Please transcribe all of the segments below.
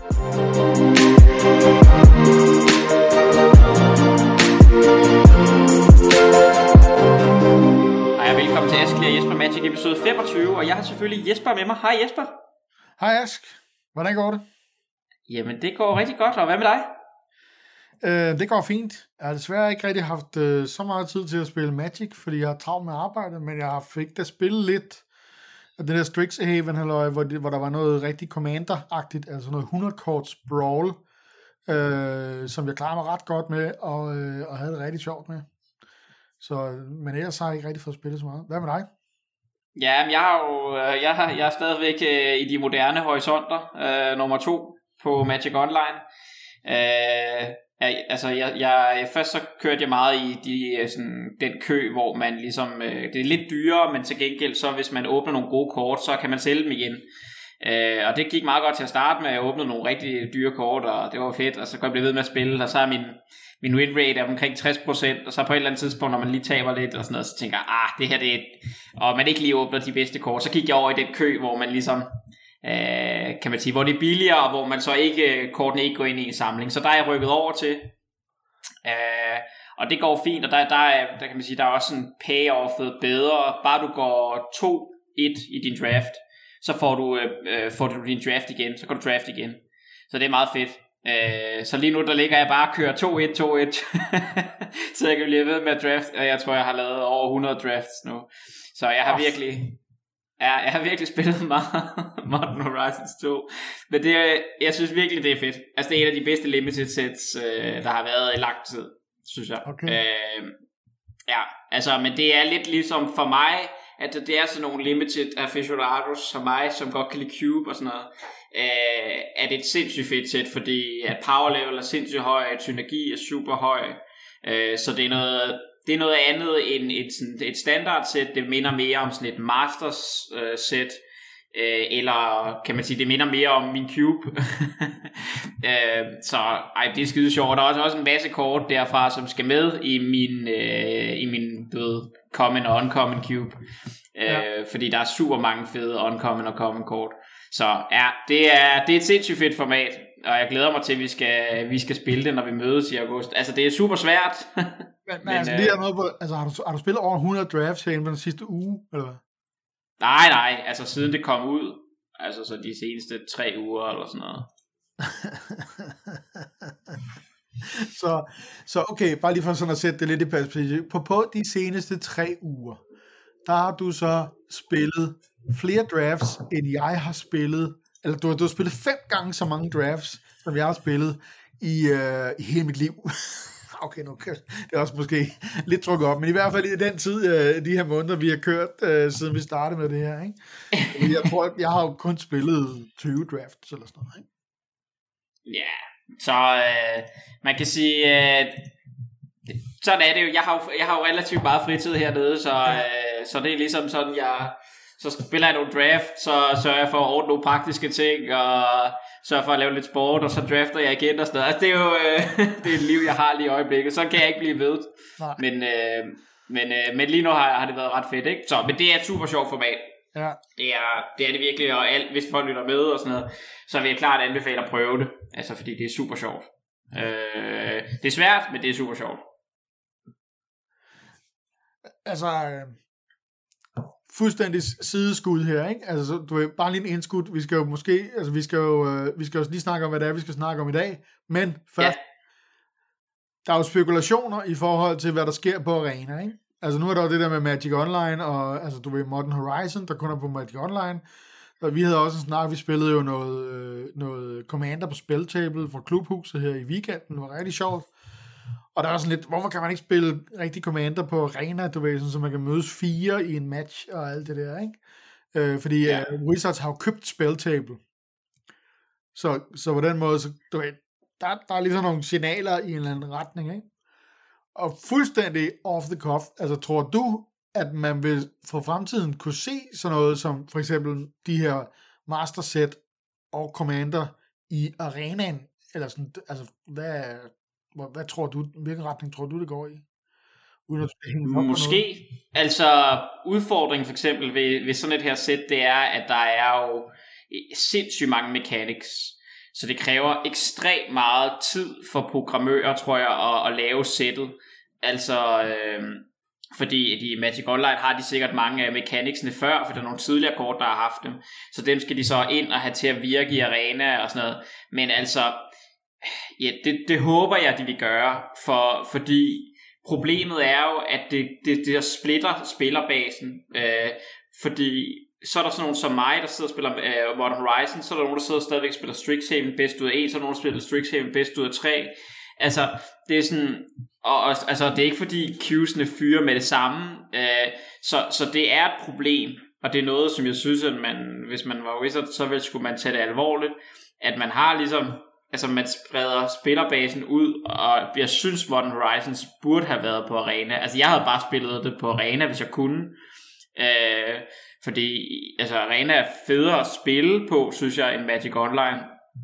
Hej og velkommen til Ask og Jesper Magic episode 25, og jeg har selvfølgelig Jesper med mig. Hej Jesper. Hej Ask, hvordan går det? Jamen det går rigtig godt, og hvad med dig? Det går fint. Jeg har desværre ikke rigtig haft så meget tid til at spille Magic, fordi jeg har travlt med arbejde, men jeg fik da spillet lidt af den der Strixhaven, hvor der var noget rigtig Commander-agtigt, altså noget 100-korts brawl, som jeg klarede mig ret godt med, og havde det rigtig sjovt med. Men ellers har jeg ikke rigtig fået spillet så meget. Hvad med dig? Ja, men jeg er stadigvæk i de moderne horisonter, nummer 2 på Magic Online. Først så kørte jeg meget i den kø, hvor man ligesom, det er lidt dyrere, men til gengæld så hvis man åbner nogle gode kort, så kan man sælge dem igen. Og det gik meget godt til at starte med. Jeg åbnede nogle rigtig dyre kort, og det var fedt, og så kunne jeg blive ved med at spille, og så er min win rate er omkring 60%, og så på et eller andet tidspunkt, når man lige taber lidt og sådan noget, så tænker jeg, det her det er og man ikke lige åbner de bedste kort, så gik jeg over i den kø, hvor man ligesom kan man sige, hvor det er billigere, og hvor man så ikke, kortene ikke går ind i en samling. Så der er jeg rykket over til, og det går fint, og der kan man sige, der er også sådan payoffet bedre. Bare du går 2-1 i din draft, så får du din draft igen, så kan du draft igen. Så det er meget fedt. Så lige nu der ligger jeg bare og kører 2-1 så jeg kan blive ved med at draft, og jeg tror jeg har lavet over 100 drafts nu. Så jeg har virkelig spillet meget Modern Horizons 2. Men jeg synes virkelig det er fedt. Altså det er en af de bedste limited sets der har været i lang tid, synes jeg. Okay. Men det er lidt ligesom for mig, at det er sådan nogle limited aficionados som mig, som godt kan lide Cube og sådan noget, er det et sindssygt fedt sæt, fordi at power level er sindssygt høj, synergi er super høj, så det er noget andet end et standard sæt. Det minder mere om sådan et masters sæt, eller kan man sige, det minder mere om min Cube. Det er skide sjovt. Der er også en masse kort derfra, som skal med i min common og uncommon Cube, fordi der er super mange fede uncommon og common kort. Så ja, det er et sindssygt fedt format, og jeg glæder mig til, at vi skal spille det, når vi mødes i august. Altså, det er super svært. Har du spillet over 100 drafts herinde på den sidste uge, eller hvad? Nej, altså siden det kom ud, altså så de seneste 3 uger, eller sådan noget. så okay, bare lige for sådan at sætte det lidt i perspektiv. På de seneste 3 uger, der har du så spillet flere drafts, end jeg har spillet, eller du har spillet 5 gange så mange drafts, som jeg har spillet i hele mit liv. Okay, nu det er også måske lidt trukket op, men i hvert fald i den tid, de her måneder, vi har kørt, siden vi startede med det her, ikke? Jeg tror, jeg har jo kun spillet 20 drafts eller sådan noget, ikke? Ja, så man kan sige, sådan er det jo. Jeg har jo relativt meget fritid hernede, så det er ligesom sådan, så spiller jeg nogle draft, så sørger jeg for at ordne nogle praktiske ting, og sørger for at lave lidt sport, og så drafter jeg igen og sådan noget. Altså, det er jo det er et liv, jeg har lige i øjeblikket. Så kan jeg ikke blive ved. Men lige nu har det været ret fedt, ikke? Men det er et super sjovt format. Ja. Det er det virkelig, og hvis folk lytter med og sådan noget, så vil jeg klart anbefale at prøve det. Altså, fordi det er super sjovt. Det er svært, men det er super sjovt. Altså, fuldstændig sideskud her, ikke? Altså, du er bare lige en indskud. Vi skal jo måske, altså vi skal jo lige snakke om, hvad det er, vi skal snakke om i dag. Men først, der er jo spekulationer i forhold til, hvad der sker på Arena, ikke? Altså, nu er der jo det der med Magic Online, og altså, du ved, Modern Horizon, der kun er på Magic Online. Og vi havde også en snak, vi spillede jo noget Commander på Spelltable fra Klubhuset her i weekenden. Det var rigtig sjovt. Og der er sådan lidt, hvorfor kan man ikke spille rigtig Commander på Arena, du ved, sådan, så man kan mødes 4 i en match og alt det der, ikke? Fordi Wizards har jo købt Spelltable. Så på den måde, så, du ved, der er ligesom nogle signaler i en eller anden retning, ikke? Og fuldstændig off the cuff, altså tror du, at man vil for fremtiden kunne se sådan noget som for eksempel de her Master Set og Commander i arenaen, eller sådan, altså hvad tror du, hvilken retning tror du det går i? Uden at måske, altså udfordringen for eksempel ved sådan et her sæt, det er, at der er jo sindssygt mange mechanics. Så det kræver ekstremt meget tid for programmører, tror jeg, at lave sættet. Altså, fordi i Magic Online har de sikkert mange af mechanicsene før, for der er nogle tidligere kort, der har haft dem. Så dem skal de så ind og have til at virke i arena og sådan noget. Men altså, ja, det håber jeg, de vil gøre, fordi problemet er jo, at det splitter spillerbasen. Fordi så er der sådan nogen som mig, der sidder og spiller Modern Horizon, så er der nogen, der sidder og stadigvæk spiller Strixhaven bedst ud af 1, så er der nogen, der spiller Strixhaven bedst ud af 3. Altså, det er sådan, altså, det er ikke fordi Q'sene fyrer med det samme, så det er et problem, og det er noget, som jeg synes, at hvis man var wizard, så skulle man tage det alvorligt, at man har ligesom, altså man spreder spillerbasen ud, og jeg synes Modern Horizons burde have været på arena. Altså jeg havde bare spillet det på arena, hvis jeg kunne, fordi altså arena er federe at spille på, synes jeg, end Magic Online.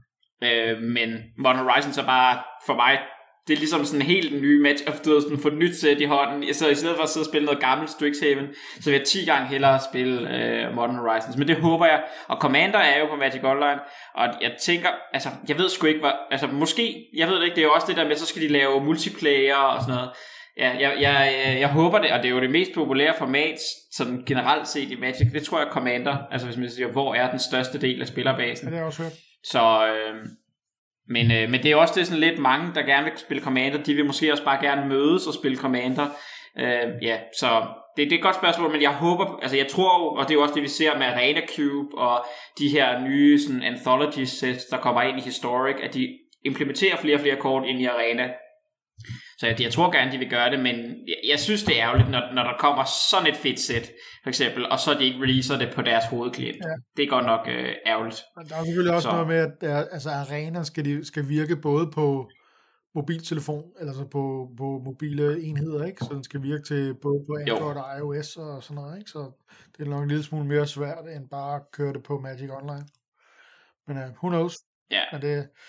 Men Modern Horizons er bare for mig, det er ligesom sådan en helt ny match, og du har sådan fået et nyt sæt i hånden, så i stedet for at sidde og spille noget gammelt Strixhaven, så vil jeg 10 gange hellere spille Modern Horizons, men det håber jeg. Og Commander er jo på Magic Online, og jeg tænker, altså jeg ved sgu ikke hvad, altså måske, jeg ved det ikke, det er jo også det der med, så skal de lave multiplayer og sådan noget. Ja, jeg håber det, og det er jo det mest populære format sådan generelt set i Magic, det tror jeg Commander, altså hvis man siger, hvor er den største del af spillerbasen. Ja, det er også hørt. Så, men det er også det sådan lidt mange, der gerne vil spille Commander, de vil måske også bare gerne mødes og spille Commander. Ja, så det er et godt spørgsmål, men jeg håber, altså jeg tror, og det er jo også det vi ser med Arena Cube og de her nye sådan anthology sets, der kommer ind i Historic, at de implementerer flere og flere kort ind i Arena. Så jeg tror gerne, de vil gøre det, men jeg synes, det er ærgerligt, når der kommer sådan et fedt sæt, for eksempel, og så de ikke releaser det på deres hovedklient. Ja. Det er godt nok ærgerligt. Men der er selvfølgelig også noget med, at altså, Arena skal virke både på mobiltelefon, eller så på mobile enheder, ikke? Så den skal virke til både på Android og iOS og sådan noget, ikke? Så det er nok en lille smule mere svært, end bare at køre det på Magic Online. Men who knows? Ja. Men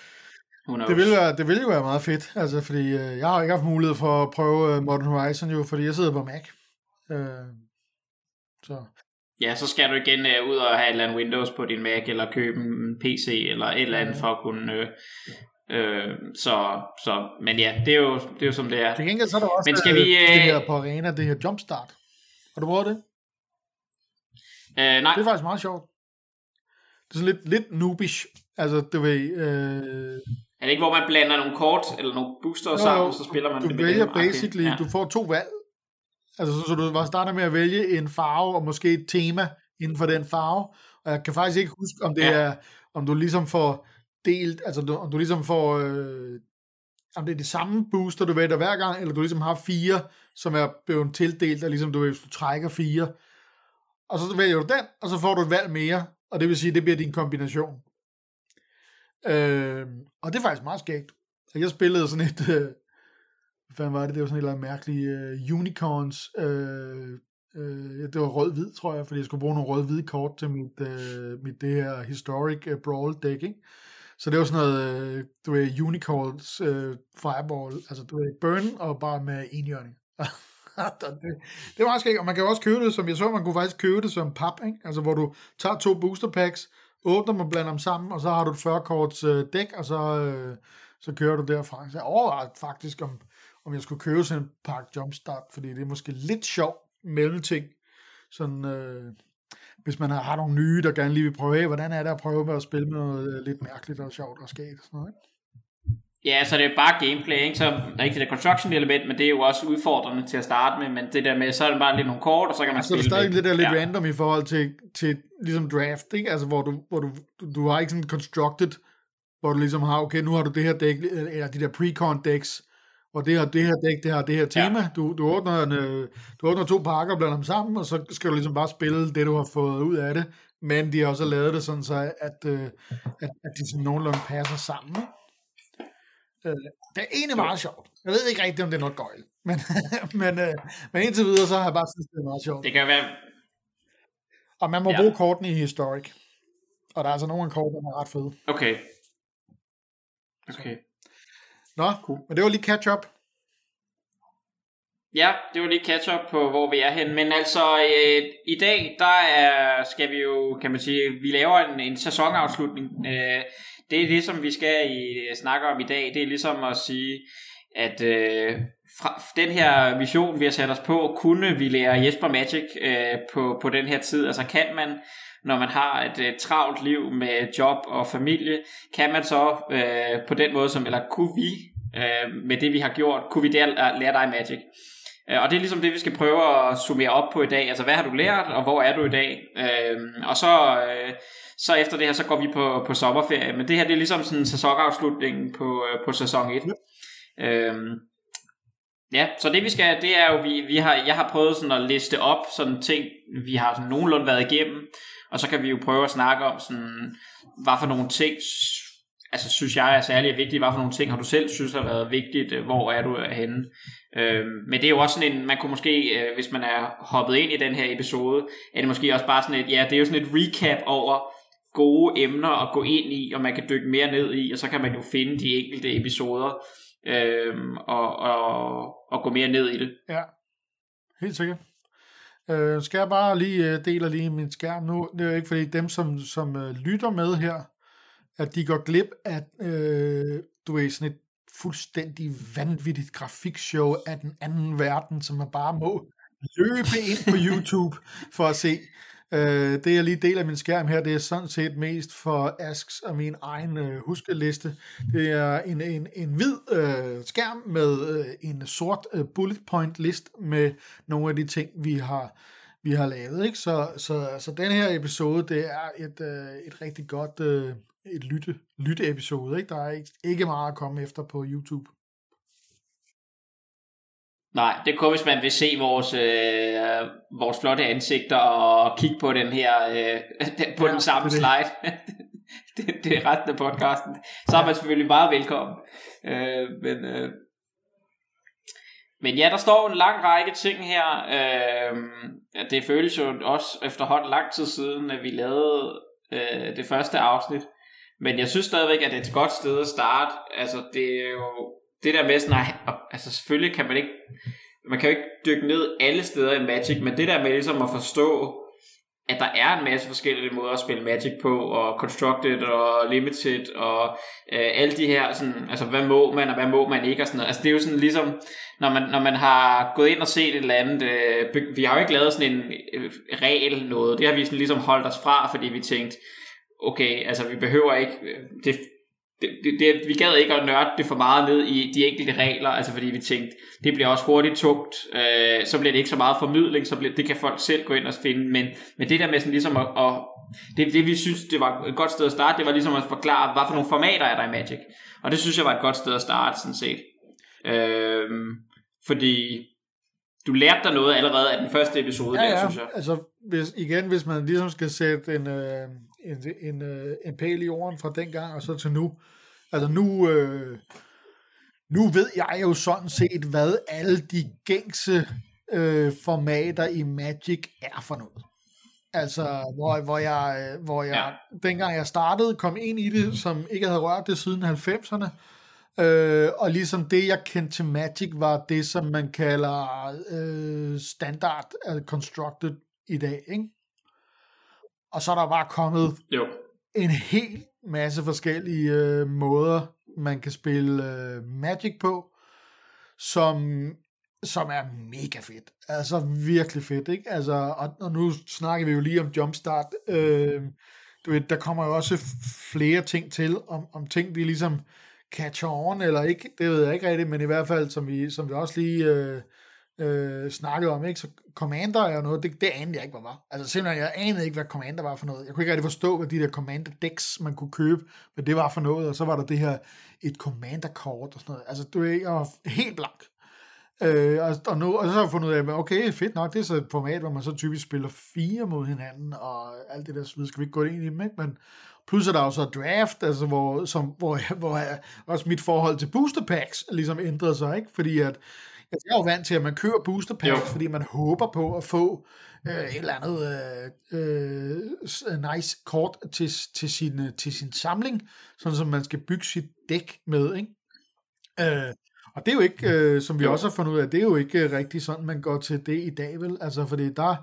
det vil jo være meget fedt, altså, fordi jeg har ikke haft mulighed for at prøve Modern Horizon jo, fordi jeg sidder på Mac. Så. Ja, så skal du igen ud og have et eller andet Windows på din Mac, eller købe en PC, eller et eller andet for at kunne... men ja, det er jo som det er. Til gengæld så er der også men skal vi, det her på Arena, det her Jumpstart. Har du prøvet det? Nej. Det er faktisk meget sjovt. Det er sådan lidt noobish. Altså, du ved... Er det ikke, hvor man blander nogle kort eller nogle booster sammen, og så spiller man det? Du vælger basically, du får 2 valg. Altså, så du bare starter med at vælge en farve, og måske et tema inden for den farve. Og jeg kan faktisk ikke huske, om det er, om du ligesom får delt, altså om du ligesom får, om det er det samme booster, du vælger hver gang, eller du ligesom har 4, som er blevet tildelt, og ligesom hvis du trækker 4. Og så vælger du den, og så får du et valg mere, og det vil sige, det bliver din kombination. Og det er faktisk meget skægt. Jeg spillede sådan et, hvad fanden var det? Det var sådan et eller andet mærkeligt unicorns. Det var rød-hvid, tror jeg, fordi jeg skulle bruge nogle rød-hvide kort til mit det her historic brawl deck, ikke? Så det var sådan noget, du ved, unicorns fireball, altså du ved, burn og bare med enhjørning. Det var meget skægt, og man kan jo også købe det, som jeg så, man kunne faktisk købe det som pap, ikke? Altså hvor du tager 2 booster packs, åbner dem og blander dem sammen, og så har du et 40 korts dæk, og så kører du derfra. Så jeg overvejede faktisk, om jeg skulle købe sådan en pakke Jumpstart, fordi det er måske lidt sjov mellemting. Sådan, hvis man har nogle nye, der gerne lige vil prøve, hvordan er det at prøve at spille med noget lidt mærkeligt og sjovt og skægt og sådan noget, ikke? Ja, så det er bare gameplay, ikke? Så der er ikke det der construction element, men det er jo også udfordrende til at starte med, men det der med, så er det bare lidt nogle kort, og så kan man spille. Så er der stadig det der lidt random i forhold til ligesom draft, ikke? Altså hvor du har ikke sådan constructed, hvor du ligesom har, okay, nu har du det her dæk, eller de der pre-con decks, hvor det her dæk, det har det her tema, ja. Du åbner 2 pakker og blander dem sammen, og så skal du ligesom bare spille det, du har fået ud af det, men de har også lavet det sådan så, at de sådan nogenlunde passer sammen, ikke? Det er egentlig meget sjovt. Jeg ved ikke rigtigt, om det er noget gøjl. Men indtil videre, så har jeg bare synes, det er meget sjovt. Det kan være... Og man må bruge kortene i Historic. Og der er altså nogle af kortene, der er ret fede. Okay. Nå, cool. Men det var lige catch-up. Ja, det var lige catch-up på, hvor vi er henne. Men altså, i dag, skal vi jo, kan man sige, vi laver en sæsonafslutning. det er det, som vi skal snakke om i dag. Det er ligesom at sige, at fra den her mission, vi har sat os på, kunne vi lære Jesper Magic på den her tid? Altså kan man, når man har et travlt liv med job og familie, kan man så på den måde, eller kunne vi med det vi har gjort, kunne vi lære dig Magic? Og det er ligesom det, vi skal prøve at summere op på i dag. Altså hvad har du lært, og hvor er du i dag? Og så efter det her, så går vi på sommerferie. Men det her, det er ligesom sådan sæsonafslutningen på sæson 1. Ja, så det vi skal, det er jo, jeg har prøvet sådan at liste op sådan ting, vi har sådan nogenlunde været igennem, og så kan vi jo prøve at snakke om sådan, hvad for nogle ting, altså synes jeg er særlig vigtigt, hvad for nogle ting har du selv synes har været vigtigt, hvor er du henne. Men det er jo også sådan en, man kunne måske, hvis man er hoppet ind i den her episode, er det måske også bare sådan et, ja, det er jo sådan et recap over gode emner at gå ind i, og man kan dykke mere ned i, og så kan man jo finde de enkelte episoder, og gå mere ned i det. Ja, helt sikkert. Skal jeg bare dele lige min skærm nu? Det er jo ikke fordi dem, som lytter med her, at de går glip af, du ved, sådan et fuldstændig vanvittigt grafikshow af den anden verden, som man bare må løbe ind på YouTube for at se. Det jeg lige deler min skærm her, det er sådan set mest for Asks og min egen huskeliste. Det er en hvid skærm med en sort bullet point list med nogle af de ting, vi har lavet. Ikke? Så den her episode, det er et rigtig godt et lytte-episode. Ikke? Der er ikke meget at komme efter på YouTube. Nej, det kun hvis man vil se vores flotte ansigter og kigge på den her på den samme slide. det er resten af podcasten. Så er man selvfølgelig meget velkommen. Men ja, der står en lang række ting her. Det føles jo også efterhånden lang tid siden, at vi lavede det første afsnit. Men jeg synes stadigvæk, at det er et godt sted at starte. Altså, det er jo det der med sådan, altså selvfølgelig kan man kan jo ikke dykke ned alle steder i Magic, men det der med ligesom at forstå, at der er en masse forskellige måder at spille Magic på, og Constructed og Limited, og alle de her, sådan, altså hvad må man, og hvad må man ikke, og sådan noget. Altså det er jo sådan ligesom, når man har gået ind og set et eller andet, vi har jo ikke lavet sådan en regel noget, det har vi sådan ligesom holdt os fra, fordi vi tænkte, okay, altså vi behøver ikke, vi gad ikke at nørde det for meget ned i de enkelte regler, altså fordi vi tænkte, det bliver også hurtigt tungt, så bliver det ikke så meget formidling, det kan folk selv gå ind og finde, men det der med sådan ligesom det vi synes, det var et godt sted at starte, det var ligesom at forklare, hvad for nogle formater er der i Magic, og det synes jeg var et godt sted at starte, sådan set. Fordi du lærte dig noget allerede af den første episode, ja, der, synes jeg. Altså, hvis man ligesom skal sætte en pæl i jorden fra dengang og så til nu. Altså nu ved jeg jo sådan set, hvad alle de gængse formater i Magic er for noget. Altså, hvor jeg dengang jeg startede, kom ind i det, som ikke havde rørt det siden 90'erne. Og ligesom det, jeg kendte til Magic, var det, som man kalder standard constructed i dag, ikke? Og så er der bare kommet en hel masse forskellige måder, man kan spille Magic på, som er mega fedt. Altså virkelig fedt, ikke? Altså, og nu snakker vi jo lige om Jumpstart. Du ved, der kommer jo også flere ting til, om ting, vi ligesom catcher on, eller ikke, det ved jeg ikke rigtigt, men i hvert fald, som vi også lige snakkede om, ikke? Så Commander er jo noget, det anede jeg ikke, hvad var. Altså simpelthen, jeg anede ikke, hvad Commander var for noget. Jeg kunne ikke rigtig forstå, hvad de der Commander decks, man kunne købe, hvad det var for noget, og så var der det her, et Commander-kort og sådan noget. Altså, jeg var helt blank. Og så har jeg fundet ud af, okay, fedt nok, det er så et format, hvor man så typisk spiller 4 mod hinanden, og alt det der, så skal vi ikke gå ind i dem, ikke? Men plus er der jo så draft, altså hvor også mit forhold til booster packs ligesom ændrede sig, ikke? Fordi at jeg er jo vant til, at man køber booster packs, fordi man håber på at få et eller andet nice kort til sin samling, sådan som man skal bygge sit dæk med, ikke? Og det er jo ikke, som vi også har fundet ud af, det er jo ikke rigtig sådan, man går til det i dag, vel? Altså, fordi det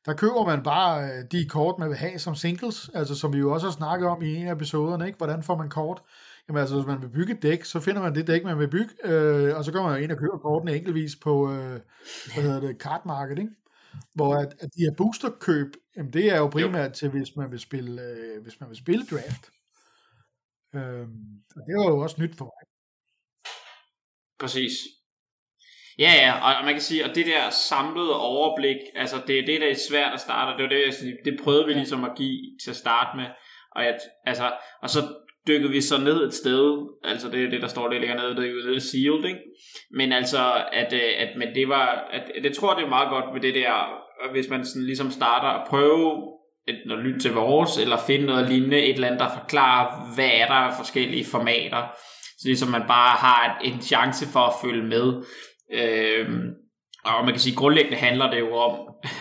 der køber man bare de kort, man vil have som singles, altså som vi jo også har snakket om i en af episoderne, ikke? Hvordan får man kort? Jamen altså, hvis man vil bygge et dæk, så finder man det dæk, man vil bygge, og så går man ind og køber kortene enkeltvis på, card market, ikke? Hvor at de her boosterkøb, jamen det er jo primært til, hvis man vil spille draft. Og det var jo også nyt for mig. Præcis. Ja, og man kan sige, at det der samlede overblik, altså det der er svært at starte, og det prøvede vi ligesom at give til at starte med, og så dykkede vi så ned et sted, altså det er det, der står lidt længere nede, det er sealed, ikke? Men altså, men det var, det tror jeg, det er meget godt med det der, hvis man sådan ligesom starter at prøve at lytte til vores, eller finde noget lignende, et eller andet, der forklarer, hvad er der af forskellige formater, så ligesom man bare har en chance for at følge med. Og man kan sige, grundlæggende handler det jo om,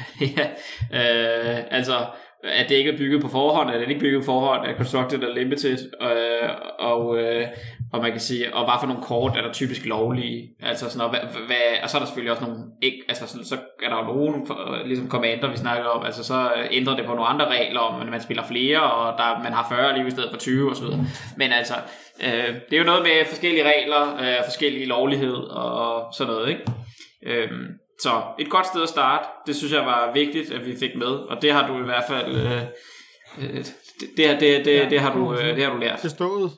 altså, at det ikke er bygget på forhånd, at det ikke er bygget på forhånd, at constructed er limited, og man kan sige, og hvad for nogle kort er der typisk lovlige, altså sådan, og så er der selvfølgelig også nogle, ikke, altså sådan, så er der jo nogle, ligesom commander, vi snakker om, altså så ændrer det på nogle andre regler om, at man spiller flere, og man har 40 liv i stedet for 20 og så videre, men altså, det er jo noget med forskellige regler, forskellige lovlighed og sådan noget, ikke? Så et godt sted at starte, det synes jeg var vigtigt, at vi fik med, og det har du i hvert fald, det har du lært. Forstået.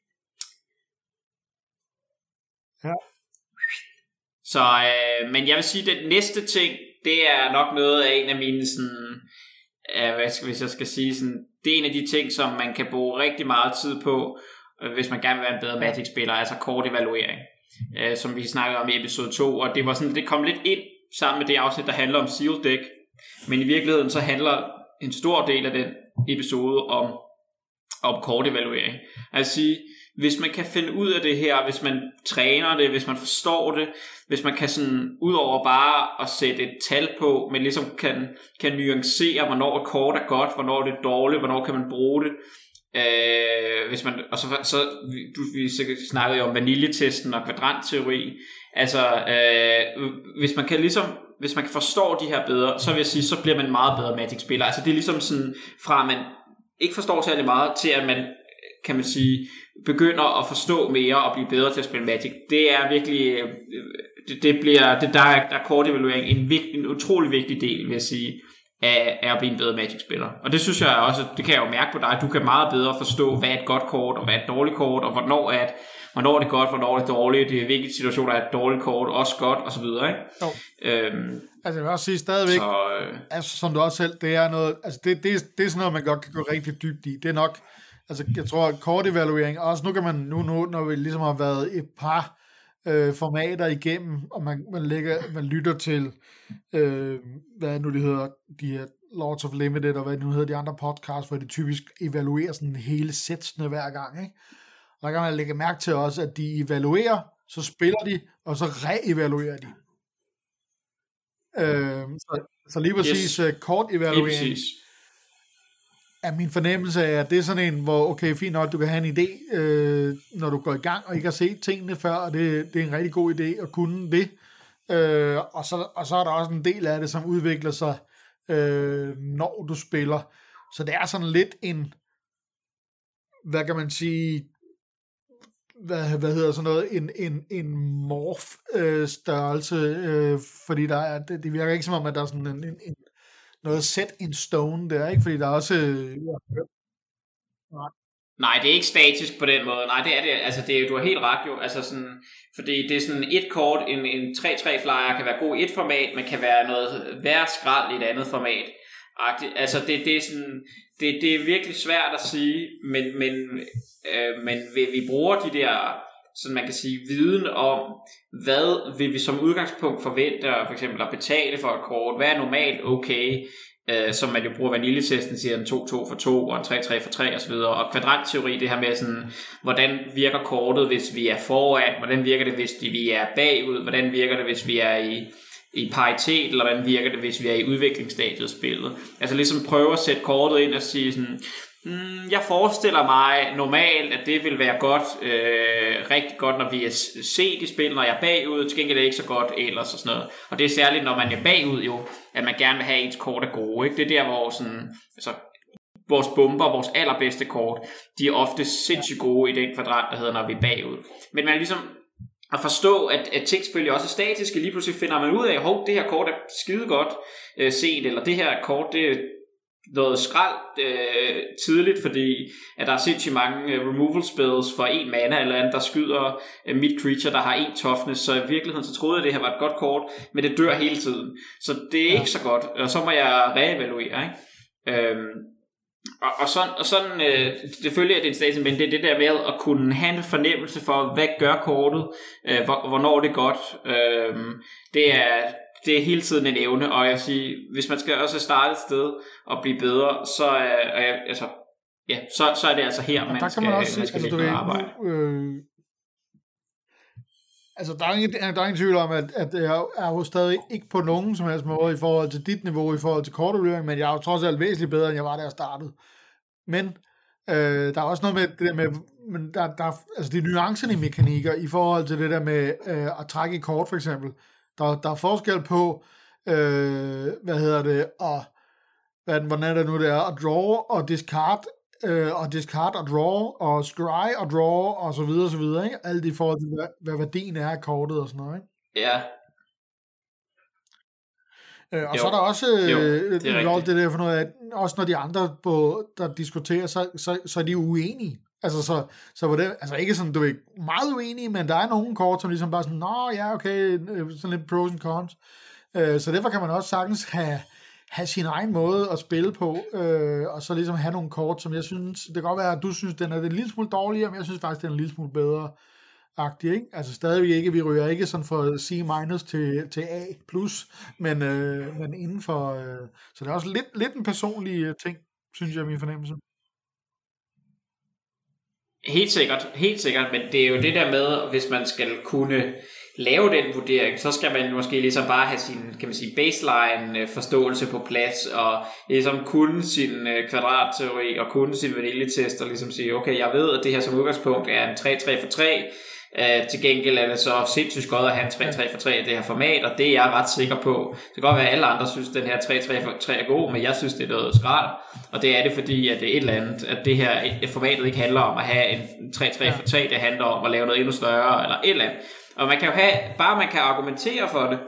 Ja. Så, men jeg vil sige, at den næste ting, det er nok noget af en af mine sådan, hvis jeg skal sige sådan, det er en af de ting, som man kan bruge rigtig meget tid på, hvis man gerne vil være en bedre Magic-spiller, altså kortevaluering, som vi snakkede om i episode 2, og det var sådan, det kom lidt ind sammen med det afsnit, der handler om Sealed Deck, men i virkeligheden så handler en stor del af den episode om kortevaluering. Altså sige, hvis man kan finde ud af det her, hvis man træner det, hvis man forstår det, hvis man kan sådan, udover bare at sætte et tal på, men ligesom kan nuancere, hvornår et kort er godt, hvornår det er dårligt, hvornår kan man bruge det, hvis man, og så vi snakkede jo om vaniljetesten og kvadrantteori, altså hvis man kan forstå de her bedre, så vil jeg sige, så bliver man en meget bedre Magic-spiller. Altså det er ligesom sådan, fra at man ikke forstår særlig meget, til at man, kan man sige, begynder at forstå mere og blive bedre til at spille Magic. Det er virkelig, der er kortevaluering en utrolig vigtig del, vil jeg sige, af at blive en bedre Magic-spiller. Og det synes jeg også, det kan jeg jo mærke på dig, du kan meget bedre forstå, hvad er et godt kort, og hvad er et dårligt kort, og hvornår er det godt, hvornår er det dårligt, det er hvilke situationer er et dårligt kort, også godt, og så videre, ikke? Altså jeg vil også sige stadigvæk, altså som du også selv, det er noget, altså det er sådan noget, man godt kan gå rigtig dybt i. Det er nok, altså jeg tror, at kortevaluering, også nu kan man, nu når vi ligesom har været et par formater igennem, og man lytter til, hvad nu det hedder, de her Lords of Limited, og hvad nu hedder de andre podcasts, hvor de typisk evaluerer sådan hele sætsene hver gang, ikke? Og der kan man lægge mærke til også, at de evaluerer, så spiller de, og så reevaluerer de. Så lige præcis kort evaluering er min fornemmelse af, at det er sådan en, hvor okay, fint nok, du kan have en idé, når du går i gang, og ikke har set tingene før, og det er en rigtig god idé at kunne det. Og så er der også en del af det, som udvikler sig, når du spiller. Så det er sådan lidt en, hvad kan man sige, hvad hedder sådan noget, en morph størrelse, fordi der er, det virker ikke som om, at der er sådan en noget set in stone der, ikke? Fordi der er også Nej, det er ikke statisk på den måde. Nej, det er det. Altså, du har helt ret jo. Altså sådan, fordi det er sådan et kort, en 3-3 flyer kan være god i et format, men kan være noget værre skrald i et andet format. Altså, det er sådan, det er virkelig svært at sige, men vi bruger de der, sådan man kan sige, viden om, hvad vil vi som udgangspunkt forvente, for eksempel at betale for et kort, hvad er normalt okay, som man jo bruger vaniljetesten, siger en 2-2 for 2 og en 3-3 for 3 osv. Og kvadrantteori, det her med sådan, hvordan virker kortet, hvis vi er foran, hvordan virker det, hvis vi er bagud, hvordan virker det, hvis vi er i paritet, eller hvordan virker det, hvis vi er i udviklingsstadiet af spillet. Altså ligesom prøve at sætte kortet ind og sige sådan, Jeg forestiller mig normalt, at det vil være godt, rigtig godt, når vi er set i spil, når jeg er bagud. Til gengæld er det ikke så godt ellers og sådan noget. Og det er særligt, når man er bagud jo, at man gerne vil have ens kort er gode. Ikke? Det er der, hvor sådan, altså, vores bomber, vores allerbedste kort, de er ofte sindssygt gode i den kvadrat, der hedder, når vi er bagud. Men man ligesom at forstå, at ting selvfølgelig også er statiske. Lige pludselig finder man ud af, at det her kort er skide godt set, eller det her kort, det er noget skrald tidligt, fordi at der er sindssygt mange removal spells for en mana eller andet, der skyder mit creature, der har en toughness, så i virkeligheden så troede jeg, at det her var et godt kort, men det dør hele tiden. Så det er ikke så godt, og så må jeg reevaluere, ikke? Og sådan selvfølgelig er det en stats, men det er det der med at kunne have en fornemmelse for, hvad gør kortet, hvornår det er godt. Det er hele tiden en evne, og jeg siger, hvis man skal også starte et sted og blive bedre, så er det altså her, man skal lægge arbejde. Altså, der er ingen tvivl om, at jeg er jo stadig ikke på nogen som helst måde i forhold til dit niveau, i forhold til kortevaluering, men jeg er jo trods alt væsentligt bedre, end jeg var, da jeg startede. Men der er også noget med det der med, men der altså de nuancerne i mekanikker, i forhold til det der med at trække i kort, for eksempel. Der er forskel på, hvordan er det nu, det er, at draw og discard, og draw, og scry og draw, og så videre, ikke? Alt i forhold til, hvad værdien er af kortet og sådan noget, ikke? Ja. Og så er der også det der for noget, at også når de andre der diskuterer, så er de uenige. Altså, så var det, altså ikke sådan, du er meget uenige, men der er nogle kort, som ligesom bare sådan, nå ja, okay, sådan lidt pros and cons. Så derfor kan man også sagtens have sin egen måde at spille på, og så ligesom have nogle kort, som jeg synes, det kan godt være, at du synes, den er en lille smule dårligere, men jeg synes faktisk, den er en lille smule bedre-agtig, ikke? Altså stadigvæk ikke, vi ryger ikke sådan fra C- til A+, men inden for, så det er også lidt en personlig ting, synes jeg, min fornemmelse. Helt sikkert, men det er jo det der med, hvis man skal kunne lave den vurdering, så skal man måske ligesom bare have sin, kan man sige, baseline forståelse på plads, og ligesom kunne sin kvadratteori, og kunne sin vaniljetest, og ligesom sige, okay, jeg ved, at det her som udgangspunkt er en 3-3 for 3, til gengæld er det så sindssygt godt at have en 3-3 for 3 i det her format, og det er jeg ret sikker på. Det kan godt være, at alle andre synes, at den her 3-3 for 3 er god, men jeg synes, det er noget skrald, og det er det, fordi at det er et eller andet, at det her formatet ikke handler om at have en 3-3 for 3, det handler om at lave noget endnu større, eller et eller andet. Og man kan jo have, bare man kan argumentere for det,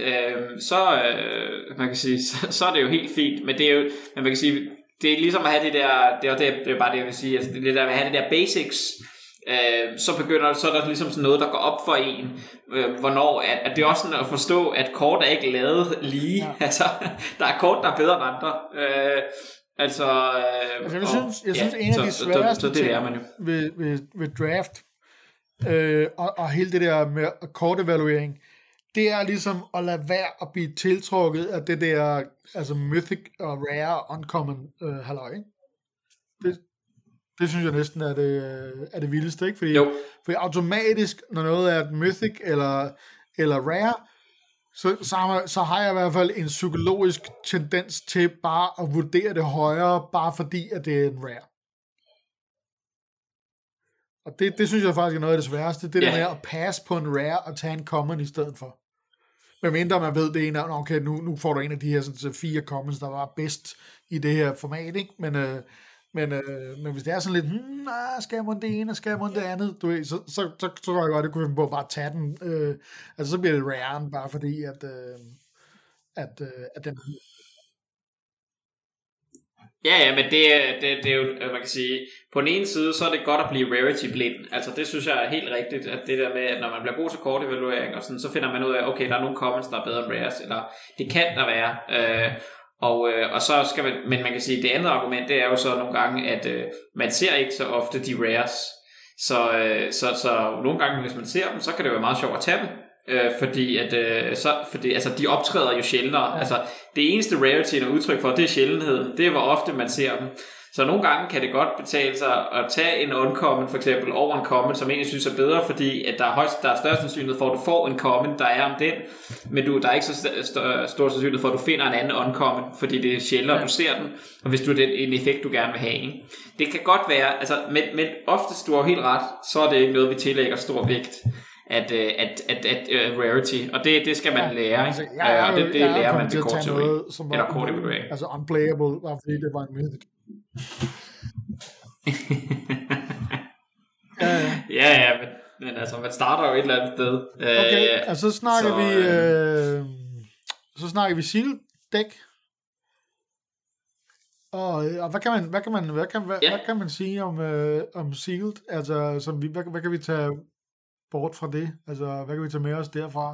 man kan sige, så er det jo helt fint, men det er jo, man kan sige, det er ligesom at have det der, det er bare det, jeg vil sige, altså det der at have det der basics, så er der ligesom sådan noget, der går op for en, hvornår, at det er også sådan at forstå, at kort er ikke lavet lige, altså, der er kort, der er bedre end andre, jeg synes en af de sværeste ting ved draft, og hele det der med kortevaluering, det er ligesom at lade være at blive tiltrukket af det der, altså mythic og rare og uncommon halløj, ikke? Det synes jeg næsten er det vildeste, ikke? Fordi automatisk, når noget er et mythic eller rare, så har jeg i hvert fald en psykologisk tendens til bare at vurdere det højere, bare fordi at det er en rare. Og det synes jeg faktisk er noget af det sværeste, det der med at passe på en rare og tage en common i stedet for. Men mindre man ved det ene, okay, nu får du en af de her sådan, 4 commons, der var bedst i det her format, ikke? Men hvis det er sådan lidt, skal jeg måtte det ene, og skal jeg måtte det andet, du ved, så tror jeg godt, det kunne vi bare tage den. Altså, så bliver det raren, bare fordi, at den... Ja, men det er jo, man kan sige, på den ene side, så er det godt at blive rarity blind. Altså, det synes jeg er helt rigtigt, at det der med, at når man bliver god til kortevaluering, og sådan, så finder man ud af, okay, der er nogle comments, der er bedre end rares, eller det kan der være, og så skal man, men man kan sige, det andet argument, det er jo så nogle gange, at man ser ikke så ofte de rares, så nogle gange, hvis man ser dem, så kan det være meget sjovt at tage dem, fordi altså de optræder jo sjældnere. Altså det eneste rarity er udtryk for, det er sjældenheden. Det er hvor ofte man ser dem. Så nogle gange kan det godt betale sig at tage en uncommon for eksempel over en common, som egentlig synes er bedre, fordi at der er større sandsynlighed for, at du får en common, der er om den, men der er ikke så stor sandsynlighed for, at du finder en anden uncommon, fordi det er sjældent, at du ser den, og hvis du er en effekt, du gerne vil have. Ikke? Det kan godt være, altså, men oftest du har helt ret, så er det ikke noget, vi tillægger stor vægt. At rarity, og det skal man lære, altså, og det lærer man ved kort teori, eller kort evaluering. Altså unplayable, bare fordi det var en mythic. ja, men altså, man starter jo et eller andet sted. Okay, altså så snakker vi sealed deck. Og hvad kan man sige om sealed? Altså, hvad kan vi tage bort fra det? Altså, hvad kan vi tage med os derfra?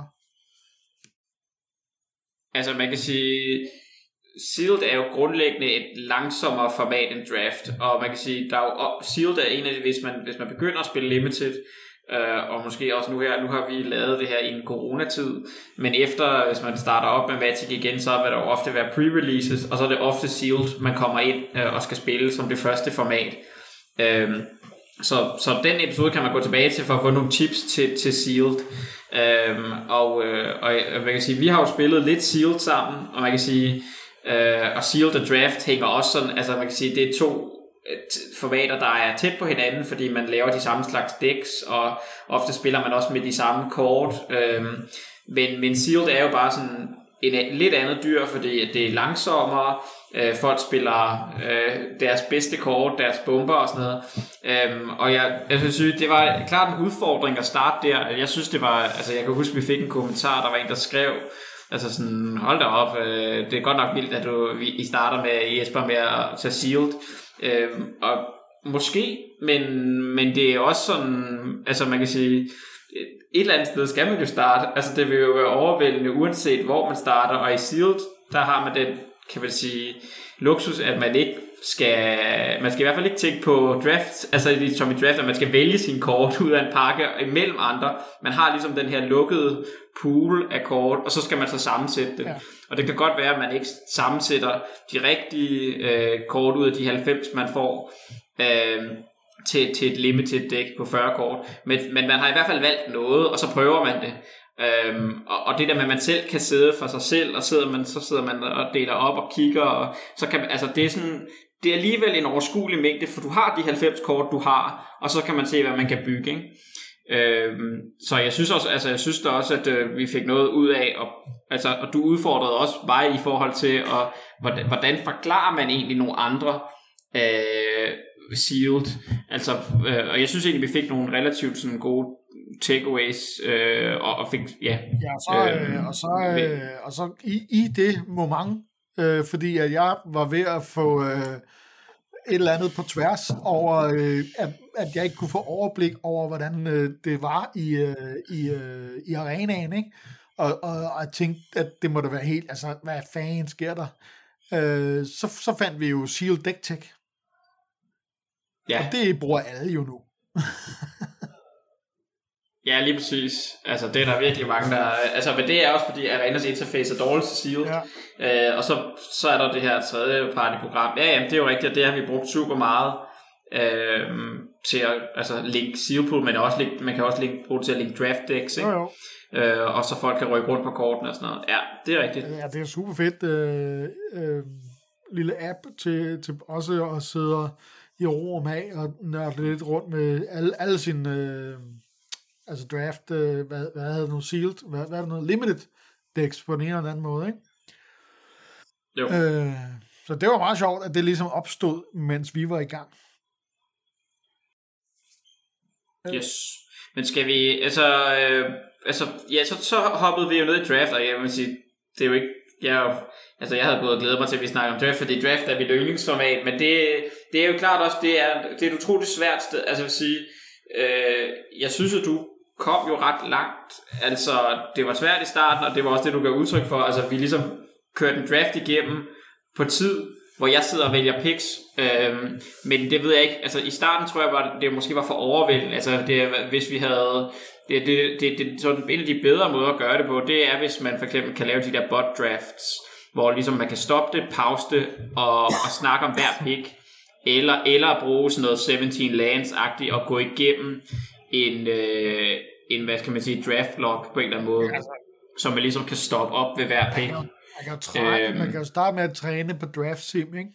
Altså, man kan sige, sealed er jo grundlæggende et langsommere format end draft, og man kan sige, sealed er en af de, hvis man begynder at spille limited, og måske også nu har vi lavet det her i en coronatid, men efter, hvis man starter op med Magic igen, så vil der jo ofte være pre-releases, og så er det ofte sealed, man kommer ind og skal spille som det første format. Så den episode kan man gå tilbage til for at få nogle tips til sealed. Og man kan sige, vi har jo spillet lidt sealed sammen, og man kan sige, og sealed og draft hænger også sådan, altså man kan sige, det er to formater, der er tæt på hinanden, fordi man laver de samme slags decks, og ofte spiller man også med de samme kort. Men sealed er jo bare sådan en lidt andet dyr, fordi det er langsommere. Folk spiller deres bedste kort, deres bomber og sådan noget. Og jeg synes, det var klart en udfordring at starte der. Jeg synes, det var, altså jeg kan huske, vi fik en kommentar, der var en, der skrev, altså sådan, hold da op, det er godt nok vildt, at I starter med Jesper med at tage sealed. Og måske, men det er også sådan, altså man kan sige, et eller andet sted skal man jo starte. Altså det vil jo være overvældende, uanset hvor man starter, og i sealed, der har man den, kan man sige, luksus, at man skal i hvert fald ikke tænke på draft, altså som i draft, at man skal vælge sin kort ud af en pakke imellem andre. Man har ligesom den her lukkede pool af kort, og så skal man så sammensætte det. Ja. Og det kan godt være, at man ikke sammensætter de rigtige kort ud af de 90, man får til et limited deck på 40 kort. Men man har i hvert fald valgt noget, og så prøver man det. Og det der med, at man selv kan sidde for sig selv, og så sidder man og deler op og kigger, og så kan man, altså det er sådan, det er alligevel en overskuelig mængde, for du har de 90 kort, du har, og så kan man se, hvad man kan bygge, ikke? Så jeg synes da også, at vi fik noget ud af, og du udfordrede også mig i forhold til, hvordan forklarer man egentlig nogle andre sealed, altså, og jeg synes egentlig, vi fik nogle relativt sådan gode takeaways, og fik, og så i det moment, fordi at jeg var ved at få et eller andet på tværs over, at jeg ikke kunne få overblik over, hvordan det var i arenaen, ikke? Og jeg tænkte, at det må da være helt, altså, hvad fanden sker der? Så fandt vi jo Sealed Deck Tech. Ja. Og det bruger alle jo nu. Ja, lige præcis. Altså, det er der virkelig mange, der... Altså, men det er også, fordi Arenas interface er dårligt til sealed. Ja. Og så er der det her tredje party-program. Ja, jamen, det er jo rigtigt, og det har vi brugt super meget til at linke sealed pool, men også man kan også bruge det til at linke draft decks, ikke? Jo. Og så folk kan rykke rundt på kortene og sådan noget. Ja, det er rigtigt. Ja, det er super fedt lille app til også at sidde i ro og mag og nørde lidt rundt med alle sine... altså draft, hvad havde det nu, sealed, hvad er det noget, limited decks på den ene eller den anden måde, ikke? Jo. Så det var meget sjovt, at det ligesom opstod, mens vi var i gang. Yes. Men skal vi, så hoppede vi jo ned i draft, og jeg vil sige, det er jo ikke, jeg havde gået og glædet mig til, at vi snakker om draft, fordi draft er mit yndlingsformat, men det er jo klart også, det er et utroligt svært sted, altså jeg vil sige, jeg synes, at du kom jo ret langt. Altså, det var svært i starten, og det var også det, du gav udtryk for. Altså, vi ligesom kørte en draft igennem på tid, hvor jeg sidder og vælger picks. Men det ved jeg ikke. Altså, i starten tror jeg, det måske var for overvældende. Altså, hvis vi havde... Det sådan en af de bedre måder at gøre det på, det er, hvis man for eksempel kan lave de der bot drafts, hvor ligesom man kan stoppe det, pause det, og snakke om hver pick. eller at bruge sådan noget 17 lands-agtigt og gå igennem en hvad skal man sige, draft log på en eller anden måde, så man ligesom kan stoppe op ved hver pick. Man kan jo starte med at træne på draft sim, ikke?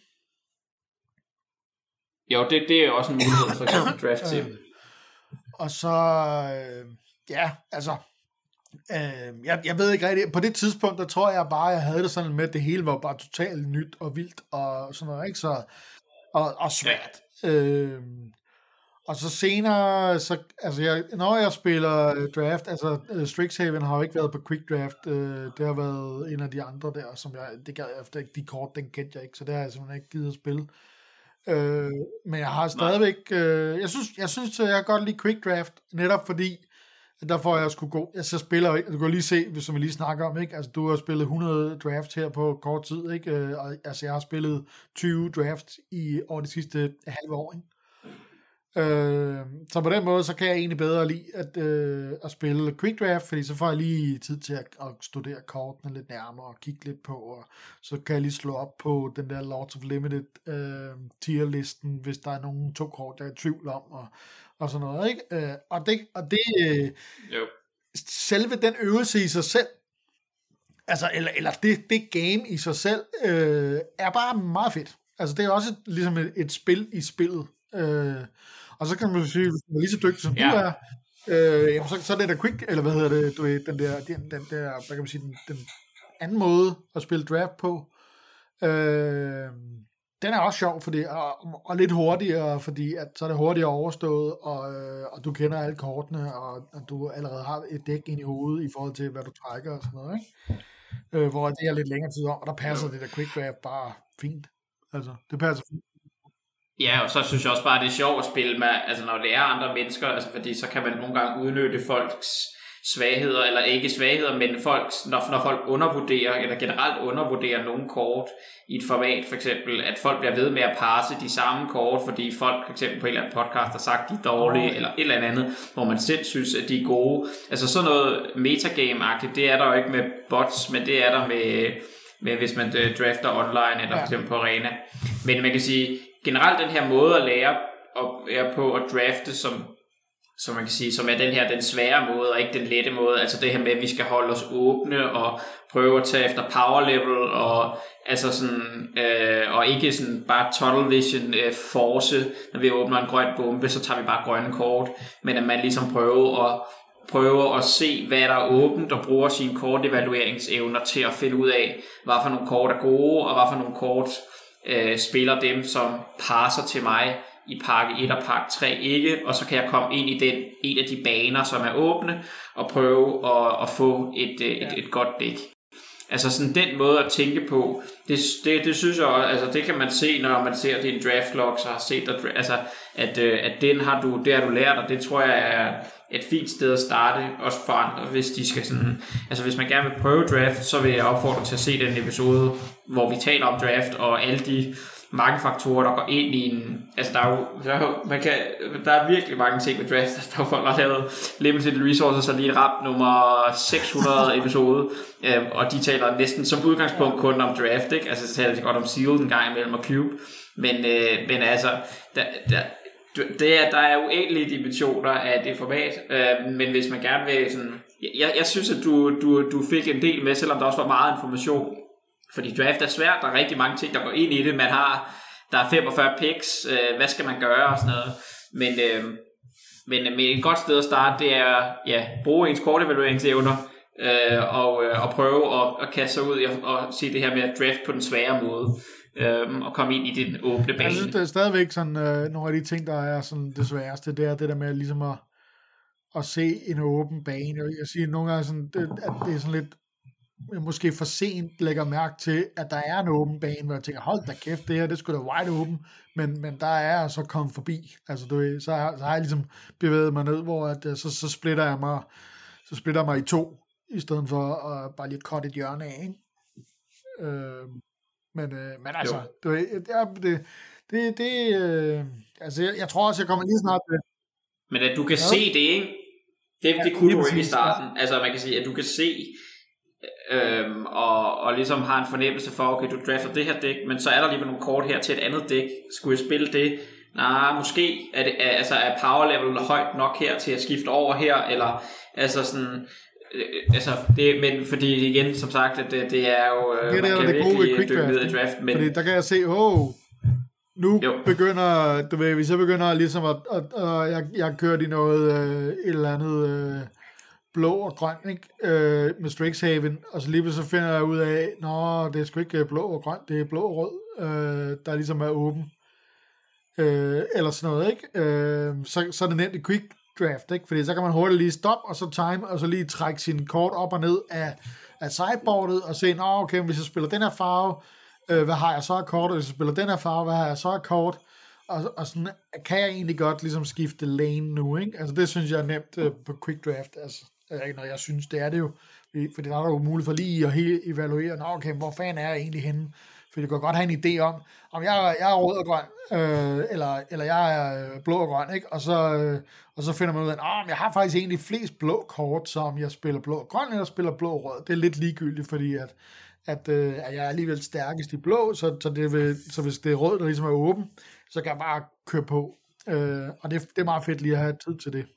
Jo, det er jo også en mulighed for eksempel draft sim. Og så, jeg ved ikke rigtigt, på det tidspunkt, der tror jeg bare, jeg havde det sådan med, at det hele var bare totalt nyt og vildt og sådan noget, ikke? Så, og svært. Og så senere, når jeg spiller draft, Strixhaven har jo ikke været på quick draft, det har været en af de andre der, som det gad jeg efter ikke, de kort, den kendte jeg ikke, så det har jeg simpelthen ikke givet at spille. Men jeg har stadigvæk, jeg synes, jeg kan godt lide quick draft, netop fordi, at der får jeg sgu god, jeg spiller ikke, du kan lige se, som vi lige snakker om, ikke? Altså, du har spillet 100 drafts her på kort tid, ikke? Og jeg har spillet 20 drafts over de sidste halve år, ikke? Så på den måde, så kan jeg egentlig bedre lide at spille quick draft, fordi så får jeg lige tid til at studere kortene lidt nærmere og kigge lidt på, og så kan jeg lige slå op på den der Lords of Limited tier-listen, hvis der er nogle 2 kort, jeg er i tvivl om, og sådan noget, ikke? Og det selve den øvelse i sig selv, altså, eller det game i sig selv, er bare meget fedt. Altså, det er også ligesom et spil i spillet. Og så kan man sige, hvis du er lige så dygtig som du er, så er det der quick, eller hvad hedder det, du ved, den der, hvad kan man sige, den anden måde at spille draft på, den er også sjov, fordi, og lidt hurtigere, fordi at, så er det hurtigere overstået, og du kender alle kortene, og du allerede har et dæk ind i hovedet, i forhold til, hvad du trækker og sådan noget, ikke? Hvor det er lidt længere tid om, og der passer det der quick draft bare fint. Altså, det passer fint. Ja, og så synes jeg også bare, det er sjovt at spille med, altså når det er andre mennesker, altså fordi så kan man nogle gange udnytte folks svagheder, eller ikke svagheder, men når folk undervurderer, eller generelt undervurderer nogle kort i et format, for eksempel, at folk bliver ved med at passe de samme kort, fordi folk for eksempel på en eller anden podcast har sagt, de er dårlige, eller et eller andet, hvor man selv synes, at de er gode. Altså sådan noget metagame-agtigt, det er der jo ikke med bots, men det er der med hvis man drafter online, eller for eksempel på arena. Men man kan sige, generelt den her måde at lære på at drafte, som man kan sige, som er den svære måde, og ikke den lette måde, altså det her med, at vi skal holde os åbne, og prøve at tage efter power level, og altså sådan, og ikke sådan bare tunnel vision force, når vi åbner en grøn bombe, så tager vi bare grønne kort, men at man ligesom prøver at se, hvad der er åbent, og bruger sine kortevalueringsevner til at finde ud af, hvad for nogle kort er gode, og hvad for nogle kort spiller dem, som passer til mig i pakke 1 og pakke 3 ikke, og så kan jeg komme ind i en af de baner, som er åbne, og prøve at få et godt dæk. Altså sådan den måde at tænke på, det synes jeg også, altså det kan man se, når man ser din draft log, så har set, altså, at det har du lært, og det tror jeg er et fint sted at starte, også for andre, hvis de skal sådan, altså hvis man gerne vil prøve draft, så vil jeg opfordre til at se den episode, hvor vi taler om draft, og alle de mange faktorer, der går ind i en, altså der er virkelig mange ting med draft, altså der er folk, der har lavet limited resources, og lige ramt nummer 600 episode, og de taler næsten som udgangspunkt kun om draft, ikke? Altså så taler de godt om sealed en gang imellem og cube, men altså, der er uendelige dimensioner af det format, men hvis man gerne vil sådan, jeg synes, at du fik en del med, selvom der også var meget information, fordi draft er svært, der er rigtig mange ting, der går ind i det, der er 45 picks, hvad skal man gøre og sådan noget, men et godt sted at starte, det er, bruge ens kortevalueringsevner, og prøve at kaste sig ud og se det her med at draft på den svære måde, og komme ind i den åbne bane. Jeg synes, det er stadigvæk sådan, nogle af de ting, der er sådan det sværeste, det er det der med ligesom at se en åben bane. Jeg siger nogle gange sådan, at det er sådan lidt, måske for sent lægger mærke til, at der er en åben bane, hvor jeg tænker, hold da kæft, det her, det skulle da wide open, men der er så kommet forbi, altså du ved, så har jeg ligesom bevæget mig ned, hvor at, så splitter jeg mig i 2, i stedet for at bare lige cut et hjørne af, ikke? Men altså, du ved, altså jeg tror også, jeg kommer lige snart til. Men at du kan se det, ikke? Det kunne du ikke i starten. Altså man kan sige, at du kan se, og ligesom har en fornemmelse for, okay, du drafter det her dæk, men så er der alligevel nogle kort her til et andet dæk. Skulle jeg spille det? Nej, måske er power level højt nok her til at skifte over her, eller altså sådan... det, men fordi igen, som sagt, at det er jo... man kan virkelig dykke ned i draft, men... Fordi der kan jeg se, nu begynder, hvis jeg begynder ligesom jeg kørt i noget, et eller andet blå og grøn, ikke? Med Strixhaven, og så lige så finder jeg ud af, det er sgu ikke blå og grøn, det er blå og rød, der ligesom er åben. Eller sådan noget, ikke? Så er det nemt i quick draft, ikke? Fordi så kan man hurtigt lige stoppe, og så time, og så lige trække sin kort op og ned af sideboardet, og se, okay, hvis jeg spiller den her farve, hvad har jeg så af kort, og hvis jeg spiller den her farve, hvad har jeg så af kort, og sådan kan jeg egentlig godt ligesom skifte lane nu, ikke? Altså det synes jeg er nemt på quick draft, altså når jeg synes, det er det jo, fordi der er jo muligt for lige at helt evaluere, okay, hvor fanden er jeg egentlig henne? For det kan godt have en idé om jeg er rød og grøn, eller jeg er blå og grøn, ikke? Og så finder man ud af, at jeg har faktisk egentlig flest blå kort, så om jeg spiller blå og grøn, eller spiller blå og rød. Det er lidt ligegyldigt, fordi at jeg er alligevel stærkest i blå, så hvis det er rød, der ligesom er åben, så kan jeg bare køre på. Og det er meget fedt lige at have tid til det.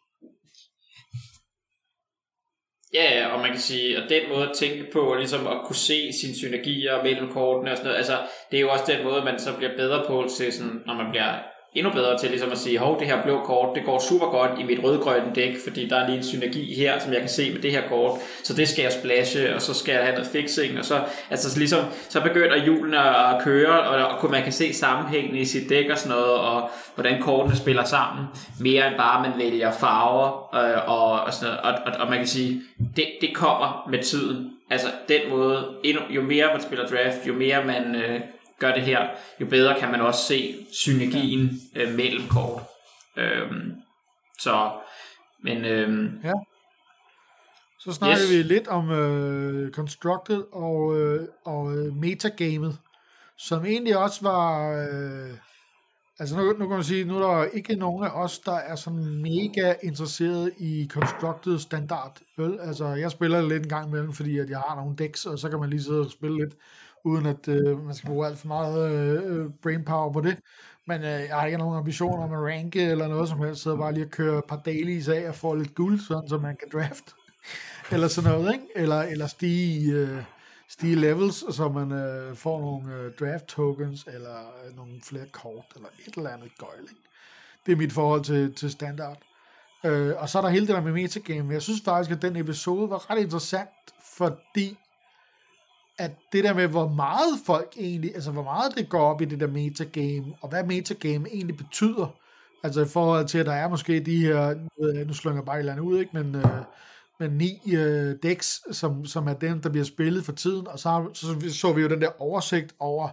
Ja, og man kan sige, at den måde at tænke på, ligesom at kunne se sine synergier mellem kortene og sådan noget, altså det er jo også den måde, man så bliver bedre på til sådan, når man bliver endnu bedre til ligesom at sige, det her blå kort, det går super godt i mit rødgrønne dæk, fordi der er lige en synergi her, som jeg kan se med det her kort, så det skal jeg splashe, og så skal jeg have noget fixing, og så begynder hjulene at køre, og man kan se sammenhængen i sit dæk og sådan noget, og hvordan kortene spiller sammen, mere end bare man vælger farver, og sådan noget, og man kan sige, det kommer med tiden, altså den måde, jo mere man spiller draft, jo mere man gør det her, jo bedre kan man også se synergien mellem kort. Så snakker vi lidt om Constructed og metagamet, som egentlig også var... altså nu kan man sige, nu er der ikke nogen af os, der er sådan mega interesseret i Constructed standard. Vel? Altså jeg spiller lidt en gang imellem, fordi at jeg har nogle decks, og så kan man lige sidde og spille lidt, uden at man skal bruge alt for meget brainpower på det. Men jeg har ikke nogen ambitioner om at ranke eller noget som helst, så bare lige at køre et par dailies af og få lidt guld, sådan, så man kan draft. Eller sådan noget, ikke? Eller stige levels, så man får nogle draft tokens, eller nogle flere kort, eller et eller andet gøjl, ikke? Det er mit forhold til standard. Og så er der hele det der med metagame. Jeg synes faktisk, at den episode var ret interessant, fordi at det der med, hvor meget folk egentlig, altså hvor meget det går op i det der metagame, og hvad metagame egentlig betyder, altså i forhold til, at der er måske de her, nu slår jeg bare et eller andet ud, ikke, men 9 decks, som er dem, der bliver spillet for tiden, og så vi jo den der oversigt over,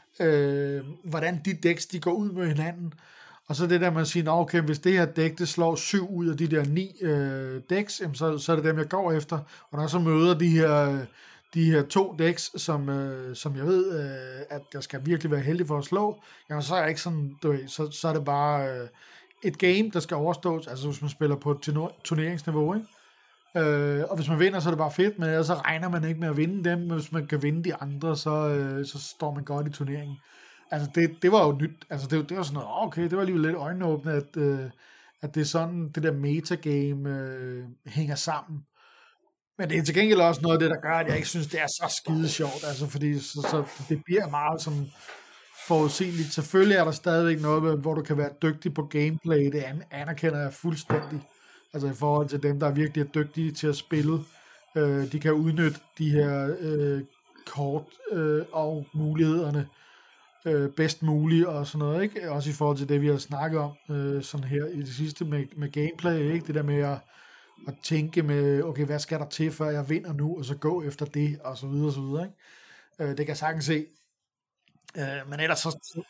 hvordan de decks, de går ud med hinanden, og så det der, man siger, okay, hvis det her dæk, det slår 7 ud af de der 9 decks, så er det dem, jeg går efter, og når jeg så møder de her 2 decks, som jeg ved, at jeg skal virkelig være heldig for at slå, jamen så er jeg ikke sådan, så er det bare et game, der skal overstås, altså hvis man spiller på et turneringsniveau, ikke? Og hvis man vinder, så er det bare fedt, men så regner man ikke med at vinde dem, hvis man kan vinde de andre, så står man godt i turneringen. Altså det var jo nyt, altså det var sådan noget, okay, det var alligevel lidt øjenåbne, at det er sådan, det der metagame hænger sammen. Men det er til gengæld også noget af det, der gør, at jeg ikke synes, det er så skide sjovt, altså fordi så det bliver meget som forudsigeligt. Selvfølgelig er der stadigvæk noget, hvor du kan være dygtig på gameplay, det anerkender jeg fuldstændig. Altså i forhold til dem, der virkelig er dygtige til at spille. De kan udnytte de her kort og mulighederne bedst muligt og sådan noget, ikke? Også i forhold til det, vi har snakket om sådan her i det sidste med gameplay, ikke? Det der med at tænke med, okay, hvad skal der til, før jeg vinder nu, og så gå efter det, og så videre, ikke? Det kan jeg sagtens se. Men ellers så...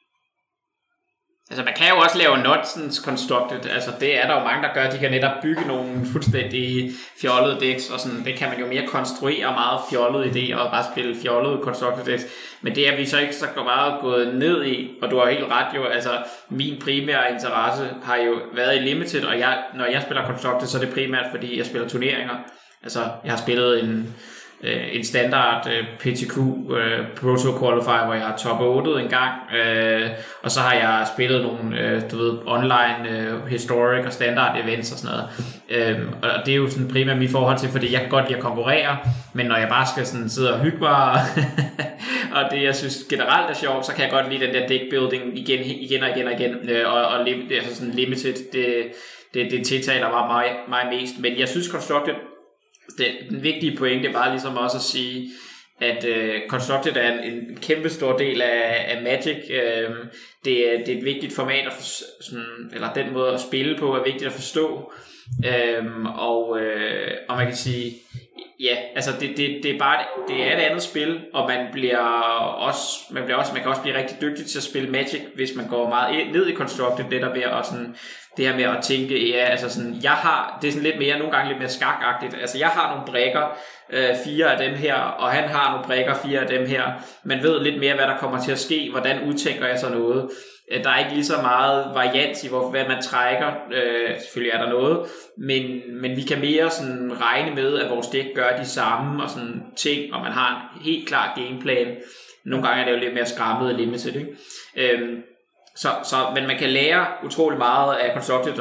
Altså man kan jo også lave nonsense constructed, altså det er der jo mange der gør, de kan netop bygge nogle fuldstændig fjollede decks, og sådan, det kan man jo mere konstruere meget fjollede idéer, og bare spille fjollede constructed decks, men det er vi så ikke så meget gået ned i, og du har helt ret jo, altså min primære interesse har jo været i limited, og når jeg spiller constructed, så er det primært fordi jeg spiller turneringer, altså jeg har spillet en standard PTQ Pro Tour Qualifier, hvor jeg har top 8 en gang, og så har jeg spillet nogle online historic og standard events og sådan noget, og det er jo sådan primært mit forhold til, fordi jeg kan godt lide at konkurrere, men når jeg bare skal sådan sidde og hygge mig og det jeg synes generelt er sjovt, så kan jeg godt lide den der deck building igen og igen, og altså sådan limited, det tiltaler mig mest, men jeg synes Constructed, den vigtige pointe er bare ligesom også at sige, at Constructed er en kæmpe stor del af Magic. Det er et vigtigt format, eller den måde at spille på er vigtigt at forstå, og man kan sige, ja, altså det er bare det er et andet spil, og man kan også blive rigtig dygtig til at spille Magic, hvis man går meget ned i Constructed, det der ved at sådan det her med at tænke, ja, altså sådan, det er sådan lidt mere, nogle gange lidt mere skakagtigt, altså jeg har nogle brikker, 4 af dem her, og han har nogle brikker, 4 af dem her, man ved lidt mere, hvad der kommer til at ske, hvordan udtænker jeg så noget, der er ikke lige så meget varians i, hvad man trækker, selvfølgelig er der noget, men vi kan mere sådan regne med, at vores dæk gør de samme, og sådan ting, og man har en helt klar gameplan, nogle gange er det jo lidt mere skræmmet og limited, ikke? Men man kan lære utrolig meget af Constructed,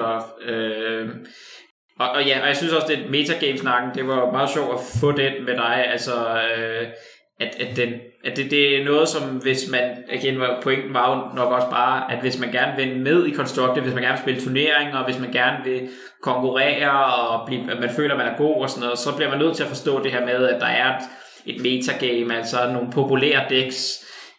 og jeg synes også, det metagame-snakken, det var meget sjovt at få den med dig, altså at det er noget, som hvis man, igen, pointen var jo nok også bare, at hvis man gerne vil ned i Constructed, hvis man gerne vil spille turneringer, og hvis man gerne vil konkurrere, og at man føler, at man er god og sådan noget, så bliver man nødt til at forstå det her med, at der er et metagame, altså nogle populære decks,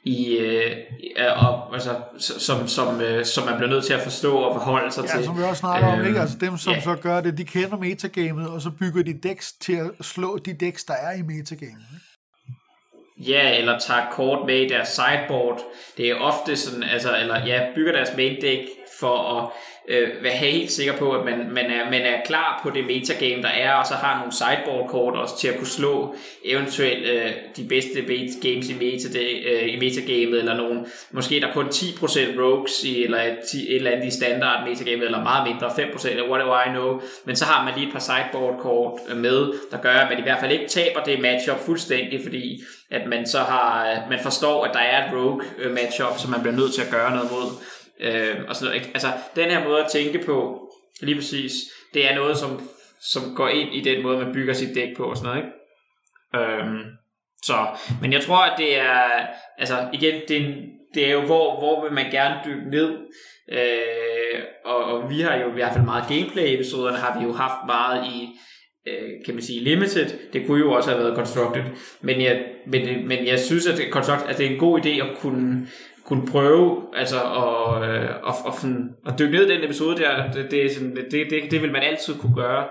som man bliver nødt til at forstå og forholde sig til. Ja, som vi også snakker om, ikke? Altså dem, som så gør det, de kender metagamet, og så bygger de decks til at slå de decks, der er i metagamet. Ja, eller tager kort med i deres sideboard. Det er ofte sådan, bygger deres main deck for at være helt sikker på, at man er klar på det metagame, der er, og så har nogle sideboard-kort også til at kunne slå eventuelt de bedste games i metagamet, eller nogle, måske der kun 10% rogues eller et eller andet i standard metagamet, eller meget mindre, 5%, eller whatever I know, men så har man lige et par sideboard-kort med, der gør, at man i hvert fald ikke taber det matchup fuldstændig, fordi at man så man forstår, at der er et rogue matchup, som man bliver nødt til at gøre noget mod. Og sådan noget. Altså den her måde at tænke på, lige præcis, det er noget som går ind i den måde man bygger sit dæk på og sådan noget, ikke? Men jeg tror at det er, altså igen, det er jo hvor vil man gerne dykke ned, og vi har jo i hvert fald meget gameplay episoderne har vi jo haft meget i, kan man sige, limited. Det kunne jo også have været Constructed, men jeg synes at Constructed, at det er en god idé at kunne prøve, altså at dykke ned i den episode der, det vil man altid kunne gøre,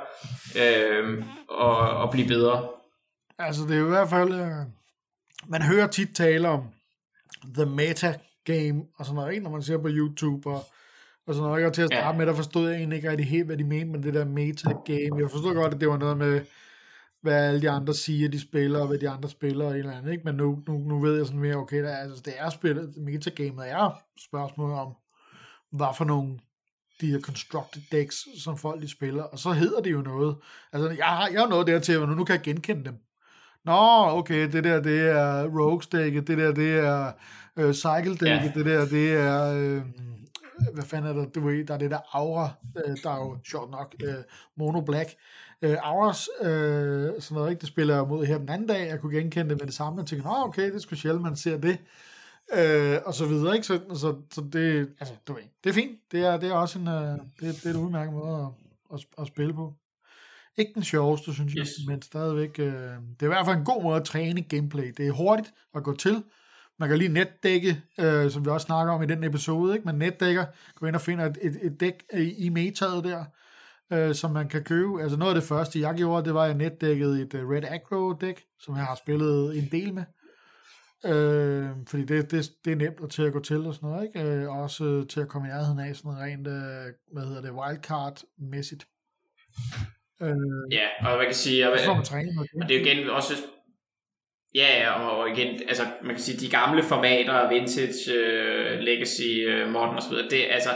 og blive bedre. Altså det er jo i hvert fald, man hører tit tale om the meta game, og sådan noget, når man ser på YouTube, og sådan noget, og til at starte med, der forstod jeg egentlig ikke rigtig helt, hvad de mente med det der meta game. Jeg forstod godt, at det var noget med, hvad alle de andre siger, de spiller, og hvad de andre spiller, og et eller andet, ikke? Men nu ved jeg sådan mere, okay, det er spillet, metagamet er spørgsmål om, hvad for nogle de her constructed decks, som folk de spiller, og så hedder det jo noget. Altså, jeg har noget der til, at nu kan jeg genkende dem. Nå, okay, det der, det er Rogues dækket, det der, det er Cycle dækket, det der, det er hvad fanden er der? Der er det der Aura, der er jo sjovt nok Mono Black. Auras, sådan noget, ikke? Det spiller jeg mod her den anden dag, jeg kunne genkende det med det samme, og tænkte, okay, det er sgu sjældent, man ser det, og så videre, ikke? Så det, altså, det er fint, det er også det er et udmærket måde at spille på. Ikke den sjoveste, synes jeg, men stadigvæk, det er i hvert fald en god måde at træne gameplay. Det er hurtigt at gå til. Man kan lige netdække, som vi også snakker om i den episode, ikke? Man netdækker, går ind og finder et dæk i metaet der, som man kan købe. Altså noget af det første, jeg gjorde, det var, at jeg netdækkede et Red Aggro dæk, som jeg har spillet en del med. Fordi det er nemt til at gå til og sådan noget, ikke? Også til at komme i nærheden af sådan rent, wildcard-mæssigt. Ja, og man kan sige, og det er jo igen også, ja, og igen, altså man kan sige, de gamle formater, vintage, legacy, modern og så videre, det altså,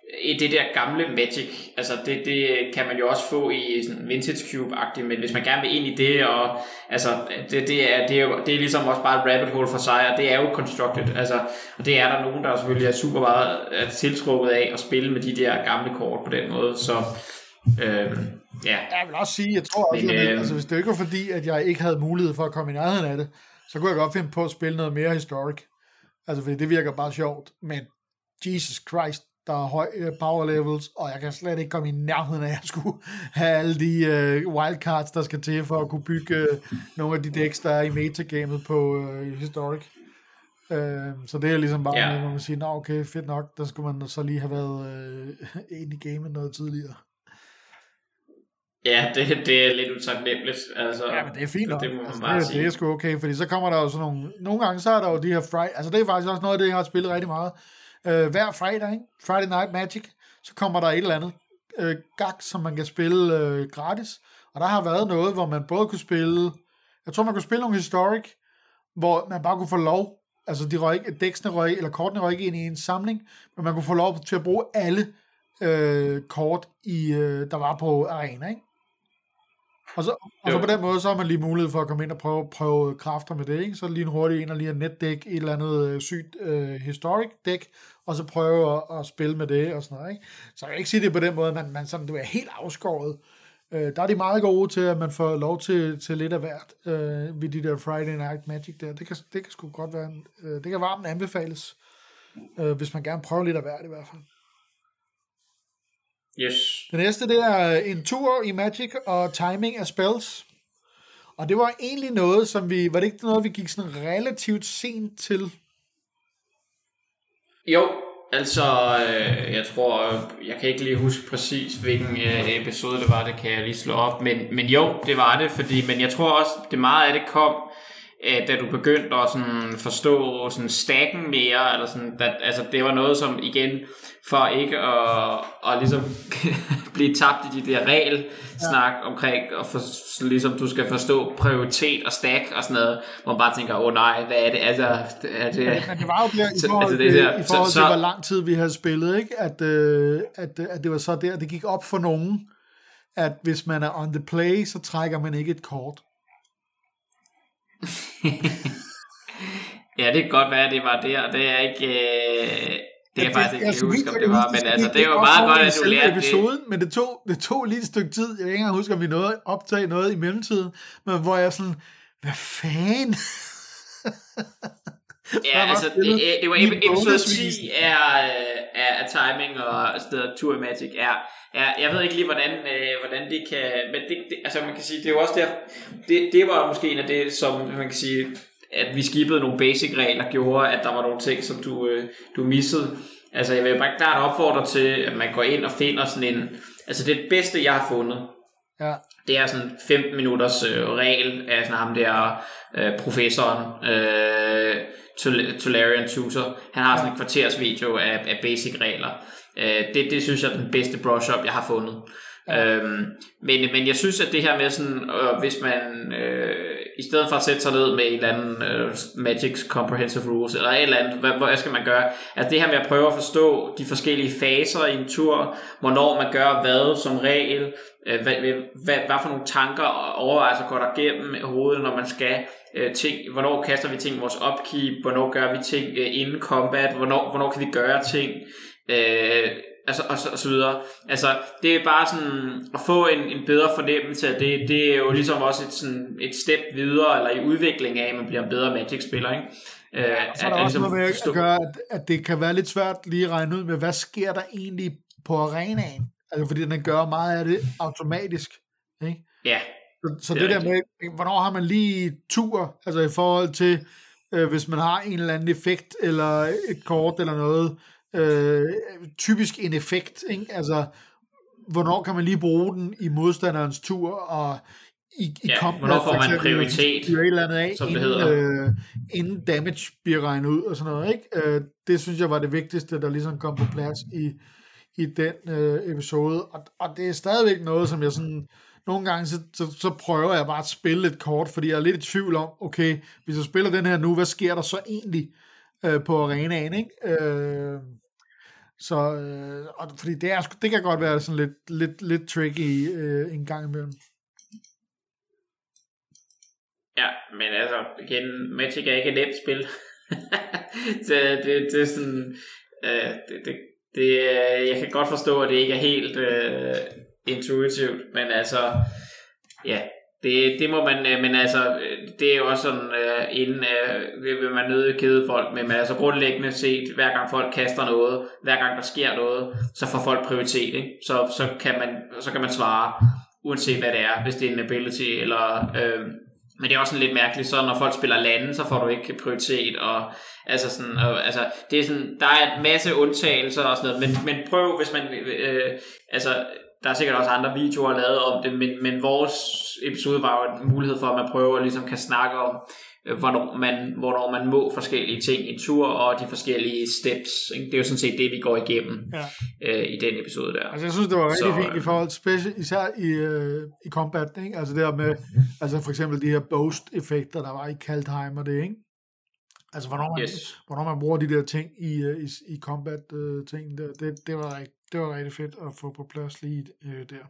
det der gamle Magic, altså det kan man jo også få i sådan Vintage Cube-agtigt, men hvis man gerne vil ind i det, og altså det er ligesom også bare et rabbit hole for sig, og det er jo constructed, altså, og det er der nogen, der selvfølgelig er super meget tiltrukket af at spille med de der gamle kort på den måde, så ja. Jeg vil også sige, jeg tror også, altså hvis det ikke var fordi, at jeg ikke havde mulighed for at komme i nærheden af det, så kunne jeg godt finde på at spille noget mere historic, altså fordi det virker bare sjovt, men Jesus Christ, der er høj power levels, og jeg kan slet ikke komme i nærheden af, at jeg skulle have alle de wildcards, der skal til for at kunne bygge nogle af de decks, der er i metagamet på Historic. Så det er ligesom bare, hvor man siger, nå okay, fedt nok, der skulle man så lige have været ind i gamet noget tidligere. Ja, det er lidt utaknemmeligt. Altså, ja, men det er fint nok. Det må man bare sige. Det er sgu okay, fordi så kommer der jo sådan nogle gange, så er der jo de her Friday, altså det er faktisk også noget af det, jeg har spillet rigtig meget. Hver fredag, ikke? Friday Night Magic, så kommer der et eller andet gag, som man kan spille gratis. Og der har været noget, hvor man både kunne spille, jeg tror man kunne spille nogle historic, hvor man bare kunne få lov, altså dæksene røg, eller kortene røg ind i en samling, men man kunne få lov til at bruge alle kort, der var på arena, ikke? Og så på den måde, så har man lige mulighed for at komme ind og prøve kræfter med det, ikke? Så lige en hurtig ind og lige en netdæk, et eller andet sygt historic dæk, og så prøve at spille med det og sådan noget, ikke? Så jeg vil ikke sige det på den måde, man sådan, du er helt afskåret. Der er de meget gode til, at man får lov til lidt af hvert ved de der Friday Night Magic der. Det kan sgu godt være, det kan varmt anbefales, hvis man gerne prøver lidt af hvert i hvert fald. Yes. Det næste, det er en tur i Magic og timing af spells. Og det var egentlig noget, var det ikke noget, vi gik sådan relativt sent til? Jo, altså, jeg tror, jeg kan ikke lige huske præcis, hvilken episode det var, det kan jeg lige slå op, men jo, det var det, men jeg tror også, det meget af det kom, da du begyndte at sådan forstå sådan stacken mere, eller sådan, altså det var noget som igen, for ikke at ligesom blive tabt i de der regelsnak omkring, og ligesom du skal forstå prioritet og stack og sådan noget, hvor man bare tænker, nej, hvad er det, altså er det, men det var jo der, i forhold til hvor lang tid vi havde spillet, ikke? At det var så der, det gik op for nogen, at hvis man er on the play, så trækker man ikke et kort. Ja, det kan godt være, det var der. Det er ikke det kan faktisk ikke huske, om det var, men altså, det var meget godt, at du lærte episoden, det. Men det tog lige et stykke tid. Jeg kan ikke engang huske, om vi nåede at optage noget i mellemtiden, men hvor jeg sådan, hvad fanden? Ja, altså, det var episode 10 af timing og stedet Tour of Magic. Jeg ved ikke lige, hvordan det kan, men det, altså man kan sige, det er jo også der, det var måske en af det, som man kan sige, at vi skippede nogle basic regler, gjorde, at der var nogle ting, som du missede. Altså jeg vil bare klart opfordre til, at man går ind og finder sådan en, altså det bedste, jeg har fundet, ja. Det er sådan 15 minutters regel af sådan ham der professoren, Tolarian Tutor. Han har sådan en kvarters video af basic regler. Det synes jeg er den bedste brush-up, jeg har fundet. Ja. Men jeg synes, at det her med sådan, hvis man i stedet for at sætte sig ned med en eller anden Magic's Comprehensive Rules, eller et eller andet, hvad skal man gøre? Altså det her med at prøve at forstå de forskellige faser i en tur, hvornår man gør hvad som regel, hvad for nogle tanker og overvejelser går der gennem hovedet, når man skal ting, hvornår kaster vi ting i vores upkeep, hvornår gør vi ting inden combat, hvornår kan vi gøre ting, altså, og så videre. Altså, det er bare sådan at få en bedre fornemmelse af det. Det er jo ligesom også et step videre, eller i udvikling af, at man bliver en bedre Magic-spiller, ikke? Så er der også noget med at gøre, at det kan være lidt svært lige at regne ud med, hvad sker der egentlig på arenaen? Altså, fordi den gør meget af det automatisk, ikke? Ja. Så det der med, hvornår har man lige tur, altså i forhold til, hvis man har en eller anden effekt, eller et kort, eller noget, typisk en effekt, ikke? Altså hvornår kan man lige bruge den i modstanderens tur, og i combat, hvornår får man prioritet, et eller andet af, som det hedder, inden damage bliver regnet ud og sådan noget, ikke? Det synes jeg var det vigtigste, der ligesom kom på plads i den episode, og det er stadigvæk noget, som jeg sådan nogle gange, så prøver jeg bare at spille et kort, fordi jeg er lidt i tvivl om, okay, hvis jeg spiller den her nu, hvad sker der så egentlig på arenaen, ikke? Så, fordi det kan godt være sådan lidt tricky en gang imellem. Ja, men altså, igen, Magic er ikke et nemt spil. det er sådan, jeg kan godt forstå, at det ikke er helt intuitivt, men altså, ja, det må man, men altså, det er jo også sådan, inden vil man nødt kede folk, men altså grundlæggende set, hver gang folk kaster noget, hver gang der sker noget, så får folk prioritet, ikke? Så kan man svare, uanset hvad det er, hvis det er en ability, eller men det er også sådan lidt mærkeligt, så når folk spiller lande, så får du ikke prioritet, og altså sådan, det er sådan, der er en masse undtagelser og sådan noget, men prøv, hvis man, altså, der er sikkert også andre videoer lavet om det, men vores episode var jo en mulighed for, at man prøver at ligesom kan snakke om, hvornår man må forskellige ting i tur, og de forskellige steps, ikke? Det er jo sådan set det, vi går igennem i den episode der. Altså jeg synes, det var rigtig fint i forhold til, især i combat, ikke? Altså det med, altså for eksempel de her boast-effekter, der var i Kaldheim og det, ikke? Altså hvornår man bruger de der ting i combat-ting, det var rigtig fedt at få på plads lige der.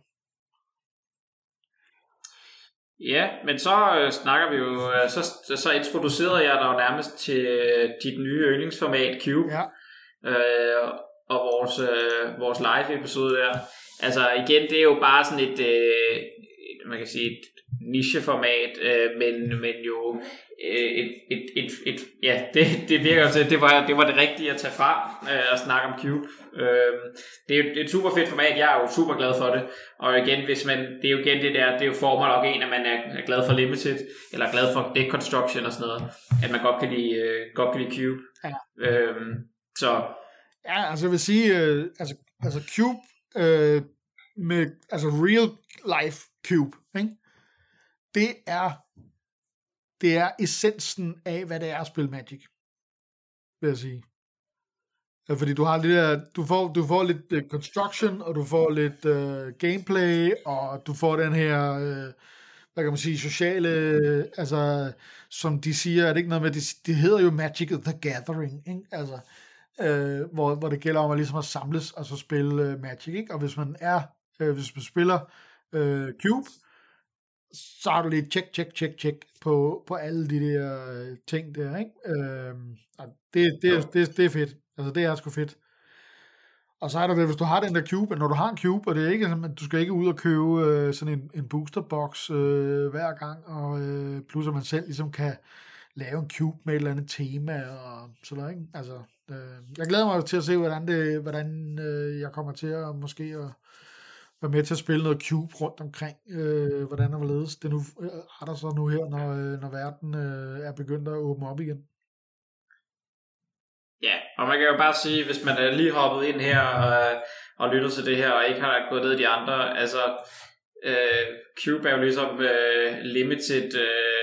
Ja, men så snakker vi jo, så introducerede jeg dig jo nærmest til dit nye yndlingsformat, Cube, og vores live-episode der. Altså igen, det er jo bare sådan et, man kan sige, et nicheformat, men jo det virker til, det var det rigtige at tage fra og snakke om Cube. Det er jo et super fedt format, jeg er jo super glad for det, og igen, det er jo igen det er jo formål en, at man er glad for Limited, eller glad for deck construction og sådan noget, at man godt kan lide Cube. Ja. Så ja, altså jeg vil sige, altså Cube med altså real life Cube, ikke? Det er essensen af, hvad det er at spille Magic, vil jeg sige. Fordi du har det der, du får lidt construction, og du får lidt gameplay, og du får den her, hvad kan man sige, sociale, altså, som de siger, er det ikke noget med, det hedder jo Magic the Gathering, ikke? Altså, hvor det gælder om at ligesom at samles, og så spille Magic, ikke? Og hvis man spiller Cube, så har du lige check på alle de der ting der, ikke? Det er fedt. Altså det er sgu fedt. Og så er der vel, hvis du har den der cube, når du har en cube, og det er ikke sådan, du skal ikke ud og købe sådan en boosterbox hver gang, og plus at man selv ligesom kan lave en cube med et eller andet tema og sådan noget, ikke? Altså, jeg glæder mig til at se, hvordan jeg kommer til at måske være med til at spille noget Cube rundt omkring, hvordan og hvorledes det nu er der så nu her, når verden er begyndt at åbne op igen. Ja, og man kan jo bare sige, hvis man er lige hoppet ind her og lytter til det her, og ikke har gået ned i de andre, altså Cube er jo ligesom limited,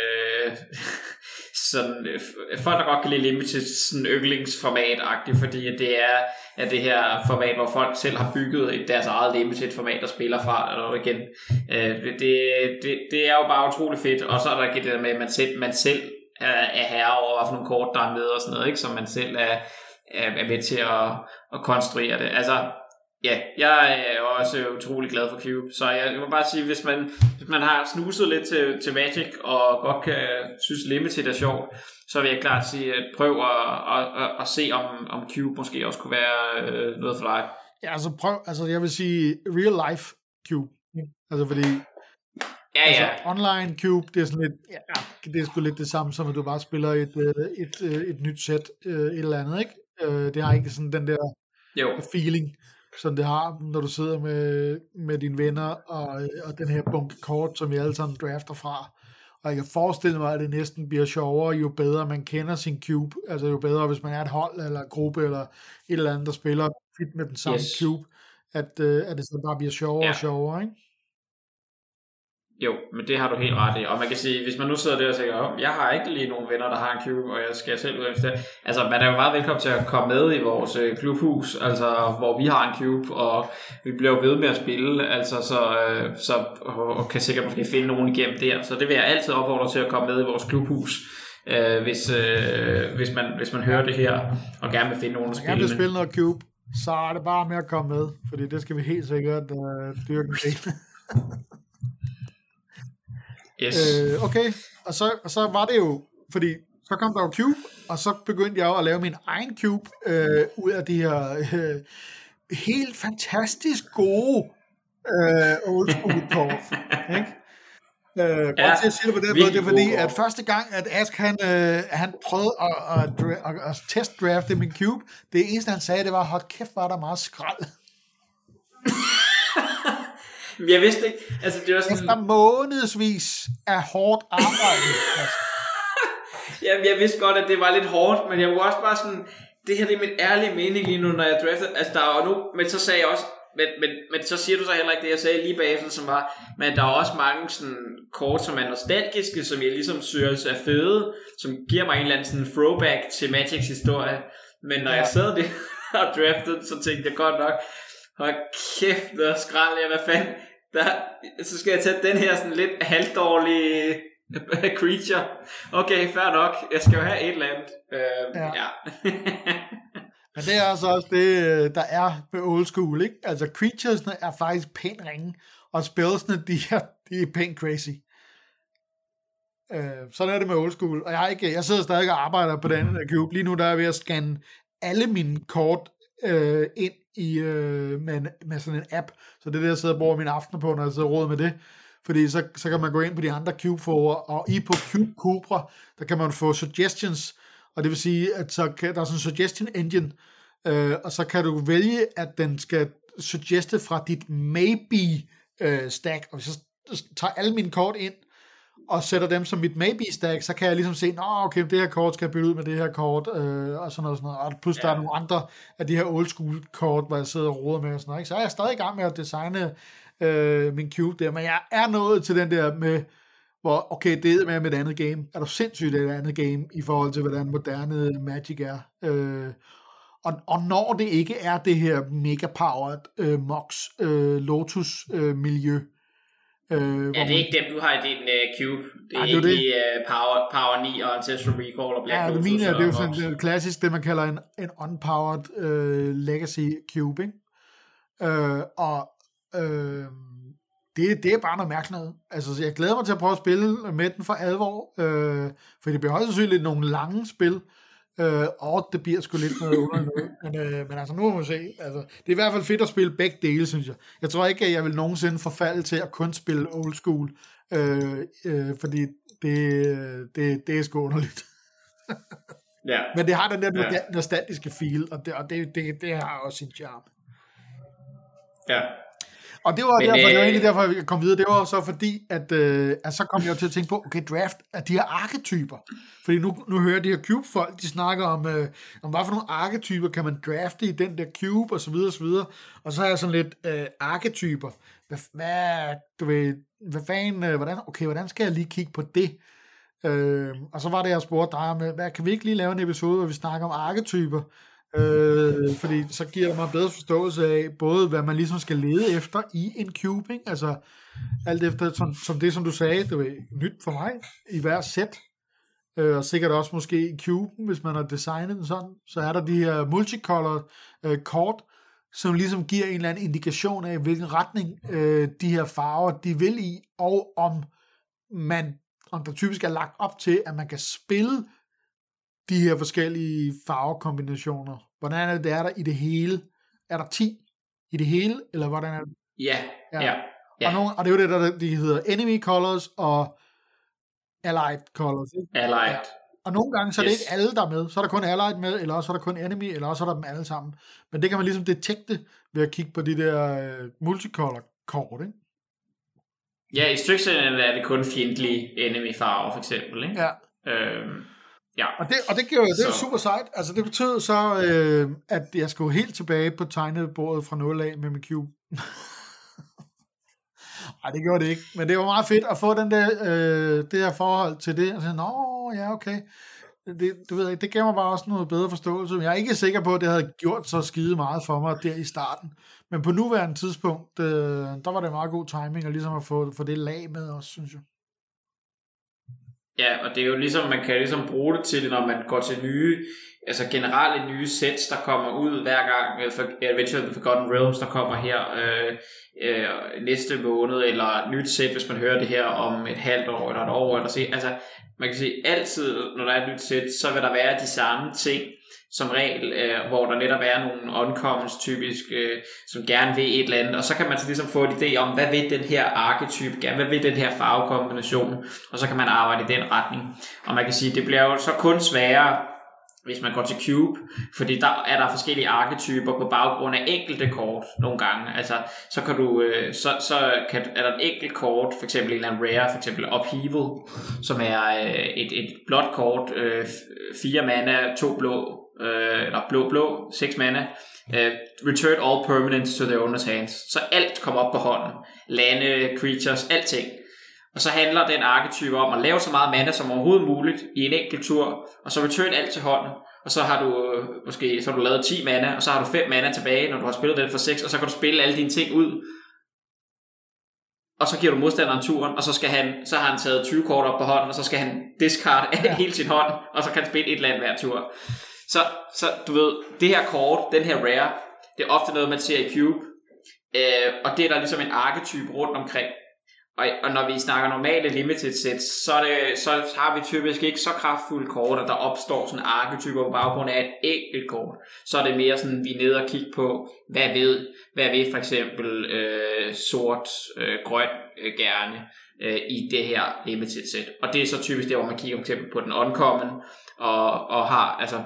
sådan, folk der godt kan lide limited sådan yndlingsformat-agtigt, fordi det er det her format, hvor folk selv har bygget deres eget limited format og spiller fra, og igen, det er jo bare utroligt fedt, og så er der det der med, at man selv er herre over, hvad for nogle kort der er med og sådan noget, ikke? Som man selv er med til at konstruere det. Altså, ja, jeg er også utrolig glad for Cube, så jeg må bare sige, hvis man har snuset lidt til Magic, og godt kan synes Limited er sjovt, så vil jeg klart sige, at prøv at se, om Cube måske også kunne være noget for dig. Ja, altså jeg vil sige real life Cube, altså fordi ja. Altså, online Cube, det er sådan lidt, det er sgu lidt det samme, som at du bare spiller et nyt sæt, et eller andet, ikke? Det har ikke sådan den der feeling, som det har, når du sidder med dine venner, og den her bunke kort, som vi alle sammen drafter fra. Og jeg kan forestille mig, at det næsten bliver sjovere, jo bedre man kender sin Cube, altså jo bedre, hvis man er et hold, eller en gruppe, eller et eller andet, der spiller fit med den samme Cube, at det så bare bliver sjovere og sjovere, ikke? Jo, men det har du helt ret i. Og man kan sige, hvis man nu sidder der og tænker, jeg har ikke lige nogen venner, der har en cube, og jeg skal selv ud efter det. Altså, man er jo meget velkommen til at komme med i vores klubhus, altså, hvor vi har en cube, og vi bliver jo ved med at spille, altså, og kan sikkert måske finde nogen igennem der. Så det vil jeg altid opfordre til at komme med i vores klubhus, hvis man hører det her, og gerne vil finde nogen at spille med. Jeg vil spille noget cube. så er det bare med at komme med, fordi det skal vi helt sikkert dyrke en del. Yes. Okay, og så var det jo, fordi så kom der jo Cube, og så begyndte jeg jo at lave min egen Cube ud af de her helt fantastisk gode old school kort, ikke? Grunden til at sige det på den måde, det er fordi, at første gang, at Ask han prøvede at testdrafte min Cube, det eneste han sagde, det var, hold kæft, var der meget skrald. Jeg vidste ikke, altså det var sådan... Efter månedsvis af hårdt arbejde. Altså. Jamen, jeg vidste godt, at det var lidt hårdt, men jeg var også bare sådan, det her det er min ærlige mening lige nu, når jeg draftede, altså der var nu, men så sagde jeg også, men så siger du så heller ikke det, jeg sagde lige bagefter, som var, men der er også mange sådan kort, som er nostalgiske, som jeg ligesom synes er fede, som giver mig en eller anden sådan throwback til Magics historie, men når jeg sad det og draftede, så tænkte jeg godt nok, hold kæft, der skrald jeg, hvad fanden, så skal jeg tage den her sådan lidt halvdårlige creature. Okay, fair nok. Jeg skal jo have et eller andet. Ja. Men det er altså også det, der er med old school, ikke? Altså, creaturesne er faktisk pænt ringe, og spellsne, de er pænt crazy. Sådan er det med old school. Og jeg sidder stadig og arbejder på den cube. Lige nu der er jeg ved at scanne alle mine kort ind i, med sådan en app. Så det er det, jeg sidder og bruger mine aftener på, når jeg sidder og råder med det. Fordi så kan man gå ind på de andre Cube-forer, og på Cube Cobra, der kan man få suggestions, og det vil sige, at så kan, der er sådan en suggestion engine, og så kan du vælge, at den skal suggeste fra dit maybe stack, og hvis jeg tager alle mine kort ind, og sætter dem som mit maybe stack, så kan jeg ligesom se, okay, det her kort skal jeg bytte ud med det her kort, og sådan noget, og plus der er nogle andre af de her old school kort, hvor jeg sidder og roder med, og sådan noget, ikke? Så er jeg stadig i gang med at designe min cube der, men jeg er nået til den der med, hvor, okay, det er med et andet game. Er du sindssygt et andet game, i forhold til, hvordan moderne Magic er. Og når det ikke er det her mega-powered Mox Lotus miljø. Ja, det er ikke dem, du har i din cube. Det er ikke det. Power 9 og Ancestral Recall og Black Lotus. Det er jo sådan det klassisk, det man kalder en unpowered legacy cube, ikke? Det er bare noget mærkeligt. Altså, jeg glæder mig til at prøve at spille med den for alvor, for det bliver højst sandsynligt nogle lange spil, og det bliver sgu lidt noget under noget. Men altså, nu må vi se. Altså, det er i hvert fald fedt at spille begge dele, synes jeg. Jeg tror ikke, at jeg vil nogensinde forfalde til at kun spille old school, fordi det er sgu underligt. Ja. Men det har den der nostalgiske feel, og det har også sin charme. Ja. Og det var egentlig derfor, jeg kom videre. Det var så fordi, at så kom jeg til at tænke på, okay, draft af de her arketyper. Fordi nu hører de her cube-folk, de snakker om hvad for nogle arketyper kan man drafte i den der cube, og så videre, og så videre. Og så er jeg sådan lidt arketyper. Hvordan skal jeg lige kigge på det? Og så var det, jeg spurgte dig om, kan vi ikke lige lave en episode, hvor vi snakker om arketyper? Fordi så giver det mig bedre forståelse af både hvad man ligesom skal lede efter i en cube, ikke? Altså alt efter som det som du sagde, det var nyt for mig i hver sæt, og sikkert også måske i cuben, hvis man har designet den sådan, så er der de her multicolored kort, som ligesom giver en eller anden indikation af hvilken retning de her farver de vil i, og om der typisk er lagt op til at man kan spille de her forskellige farvekombinationer. Hvordan er det der i det hele? Er der 10 i det hele, eller hvordan er det? Ja. Og det er jo det, de hedder enemy colors og allied colors. Ikke? Allied. Ja. Og nogle gange, så er det ikke alle, der er med. Så er der kun allied med, eller også er der kun enemy, eller også er der dem alle sammen. Men det kan man ligesom detekte ved at kigge på de der multicolor kort, ikke? Ja, i Strixhaven er det kun fjendtlige enemy-farver, for eksempel, ikke? Ja. Ja. Og det gjorde det er super sejt. Altså det betød så at jeg skulle helt tilbage på tegnebordet fra 0 af med min cube. Nej, det gjorde det ikke. Men det var meget fedt at få den der det her forhold til det. Og så ja, okay. Du ved ikke, det gav mig bare også noget bedre forståelse. Jeg er ikke sikker på, at det havde gjort så skide meget for mig der i starten. Men på nuværende tidspunkt, der var det meget god timing, og ligesom at få det lag med også, synes jeg. Ja, og det er jo ligesom, man kan ligesom bruge det til det, når man går til nye, altså generelle nye sets, der kommer ud hver gang. Adventure of the Forgotten Realms, der kommer her næste måned, eller nyt set, hvis man hører det her om et halvt år eller et år. Eller se. Altså, man kan sige, altid, når der er et nyt set, så vil der være de samme ting, som regel, hvor der netop er nogle uncommons typisk, som gerne vil et eller andet, og så kan man så ligesom få et idé om, hvad vil den her arketype gerne, hvad vil den her farvekombination, og så kan man arbejde i den retning. Og man kan sige, det bliver jo så kun sværere, hvis man går til Cube, fordi der er der forskellige arketyper på baggrund af enkelte kort nogle gange. Altså, så kan du, er der et enkelt kort, for eksempel en eller anden rare, for eksempel Upheaval, som er et blåt kort, 4 mana, 2 blå, eller blå, 6 mana, return all permanents to their owner's hands. Så alt kommer op på hånden. Lande, creatures, alting. Og så handler den arketype om at lave så meget mana som overhovedet muligt i en enkelt tur, og så return alt til hånden, og så har du så har du lavet 10 mana, og så har du 5 mana tilbage, når du har spillet den for 6, og så kan du spille alle dine ting ud, og så giver du modstanderen turen, og så har han taget 20 kort op på hånden, og så skal han discard hele sin hånd, og så kan han spille et eller andet hver tur. Så du ved, det her kort, den her rare, det er ofte noget, man ser i Cube, og det er der ligesom en arketype rundt omkring. Og når vi snakker normale limited sets, så har vi typisk ikke så kraftfulde kort, at der opstår sådan arketyper på baggrund af et enkelt kort. Så er det mere sådan, vi er nede og kigge på, hvad ved for eksempel sort, grøn gerne i det her limited set. Og det er så typisk der, hvor man kigger for eksempel på den uncommon, og har, altså,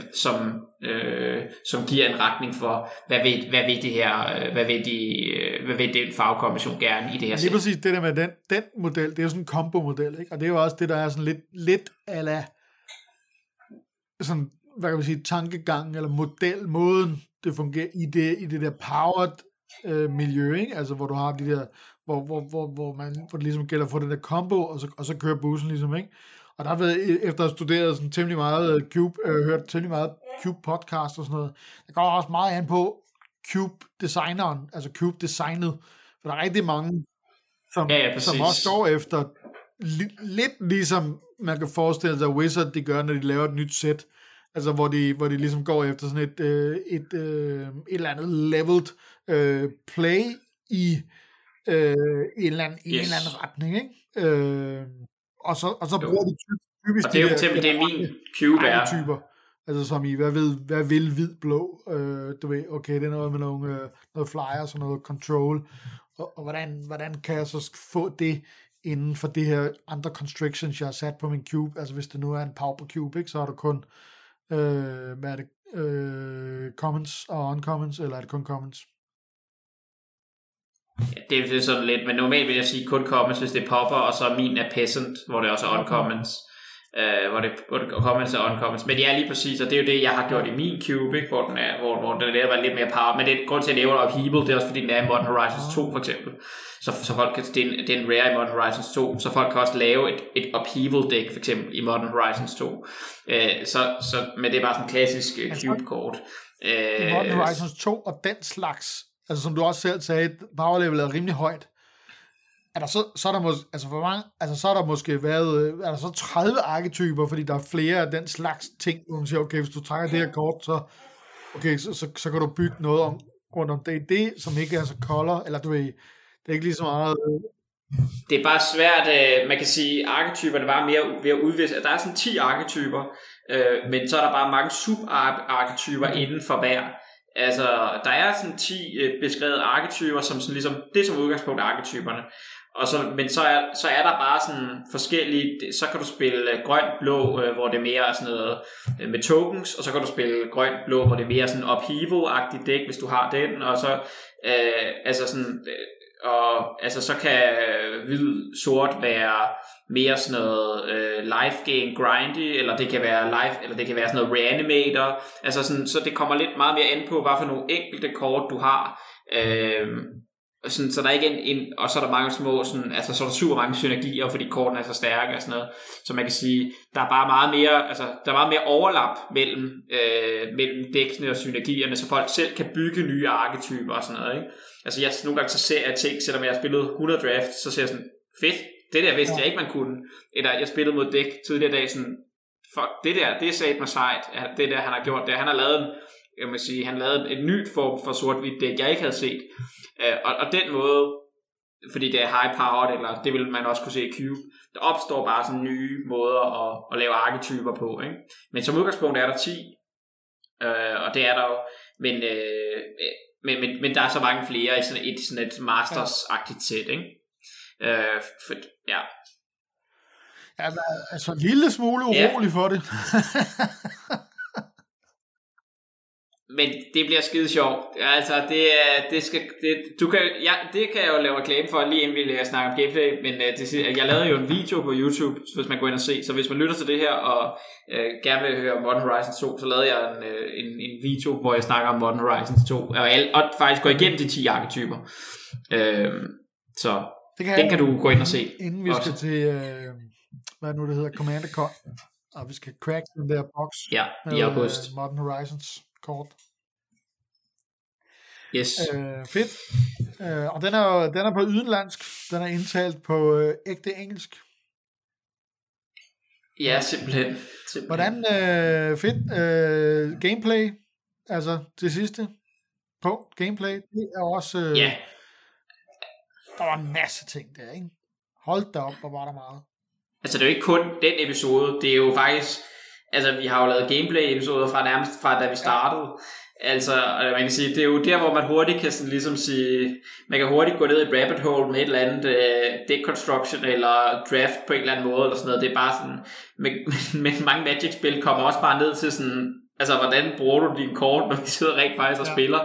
som giver en retning for, hvad vil det her, hvad vil den farvekombination gerne i det her sæt. Det er præcis det der med den model, det er jo sådan en combo-model, ikke? Og det er jo også det, der er sådan lidt ala, sådan, hvad kan man sige, tankegang, eller måden det fungerer i det der powered miljø, ikke? Altså, hvor du har de der, hvor det ligesom gælder for den der combo, og så kører bussen ligesom, ikke? Og der har været, efter at have studeret sådan temmelig meget Cube, hørt temmelig meget Cube podcast og sådan noget, der går også meget an på Cube-designeren, altså Cube-designet, for der er rigtig mange, som også står efter, lidt ligesom man kan forestille sig, Wizard de gør, når de laver et nyt sæt, altså hvor de ligesom går efter sådan et eller andet leveled play i en eller anden retning, ikke? Og så bruger de typisk og det er jo for eksempel det min Cube er typer, altså som i hvad vil hvid blå, du ved, okay, det er noget med noget flyers og noget control, og hvordan kan jeg så få det inden for det her andre constrictions jeg har sat på min cube, altså hvis det nu er en pauper cube, ikke, så er der kun hvad er det, commons og uncommons, eller er det kun commons? Ja, det er sådan lidt, men normalt vil jeg sige kun commons, hvis det er popper, og så min er peasant, hvor det også er uncommons, hvor det commons og uncommons. Men ja, lige præcis, og det er jo det, jeg har gjort i min cube, ikke, hvor den er var lidt mere power. Men det er grund til at nævne Upheaval, det er også fordi den er i Modern Horizons 2 for eksempel. Så folk kan, det er en rare i Modern Horizons 2, så folk kan også lave et Upheaval deck for eksempel i Modern Horizons 2. Men det er bare sådan en klassisk cube-kort. I Modern Horizons 2 og den slags, altså som du også selv sagde, power level er rimelig højt. Er der så er der måske, altså for mange, altså så er der måske været, er der så 30 arketyper, fordi der er flere af den slags ting, hvor man siger, okay, hvis du trækker det her kort, så okay, så kan du bygge noget om rundt om det, som ikke er så color, eller du ved, det er ikke lige så meget. Det er bare svært, man kan sige, arketyperne var mere ved at udvise, der er sådan 10 arketyper, men så er der bare mange subarketyper inden for hver. Altså, der er sådan 10 beskrevet arketyper, som sådan ligesom, det er som udgangspunkt arketyperne. Men så er der bare sådan forskellige, så kan du spille grøn-blå, hvor det er mere sådan noget med tokens, og så kan du spille grøn-blå, hvor det er mere sådan upheaval-agtigt dæk, hvis du har den, og så så kan hvid-sort være mere sådan noget life gain grindy, eller det kan være sådan noget reanimator, altså sådan, så det kommer lidt meget mere an på, hvad for nogle enkelte kort du har, sådan, så der er ikke og så er der mange små sådan, altså så er der super mange synergier, fordi kortene er så stærke og sådan noget, så man kan sige, der er bare meget mere, altså der er meget mere overlap mellem dæksene og synergierne, så folk selv kan bygge nye arketyper og sådan noget, ikke? Altså nogle gange så ser jeg ting, selvom jeg har spillet 100 draft, så ser jeg sådan, fedt, Det der vidste jeg ikke, man kunne. Eller jeg spillede mod dæk tidligere dag, sådan, fuck, det der, det er sat mig sejt, det der, han har gjort der. Han har lavet, jeg må sige, han lavede et nyt form for sort-hvidt dæk, jeg ikke havde set. Og den måde, fordi det er high-powered, eller det vil man også kunne se i Cube, der opstår bare sådan nye måder at lave arketyper på, ikke? Men som udgangspunkt er der 10, og det er der jo, men der er så mange flere i sådan et masters-agtigt sæt, ikke? Ja. Ja, altså en lille smule urolig for det. Men det bliver skide sjovt. Altså, det kan jeg jo lave reklame for, lige inden vi snakker om gameplay, men jeg lavede jo en video på YouTube, hvis man går ind og se, så hvis man lytter til det her, og gerne vil høre Modern Horizons 2, så lavede jeg en video, hvor jeg snakker om Modern Horizons 2, og faktisk går igennem de 10 arketyper. Så den kan du gå ind og se. Inden vi også skal til, hvad nu det hedder, Commander Con, og vi skal crack den der box. Ja, i august. Modern Horizons kort. Yes. Fedt. Og den er på udenlandsk. Den er indtalt på ægte engelsk. Ja, simpelthen. Hvordan fedt gameplay, altså det sidste på gameplay, det er også der var en masse ting der, ikke? Hold da op, hvor var der meget. Altså det er jo ikke kun den episode, det er jo faktisk, altså vi har jo lavet gameplay-episoder fra da vi startede. Altså, man kan sige, det er jo der, hvor man hurtigt kan sådan ligesom sige, man kan hurtigt gå ned i rabbit hole med et eller andet deck construction eller draft på en eller anden måde eller sådan noget. Det er bare sådan, men mange Magic-spil kommer også bare ned til sådan, altså hvordan bruger du din kort, når vi sidder rent faktisk og spiller.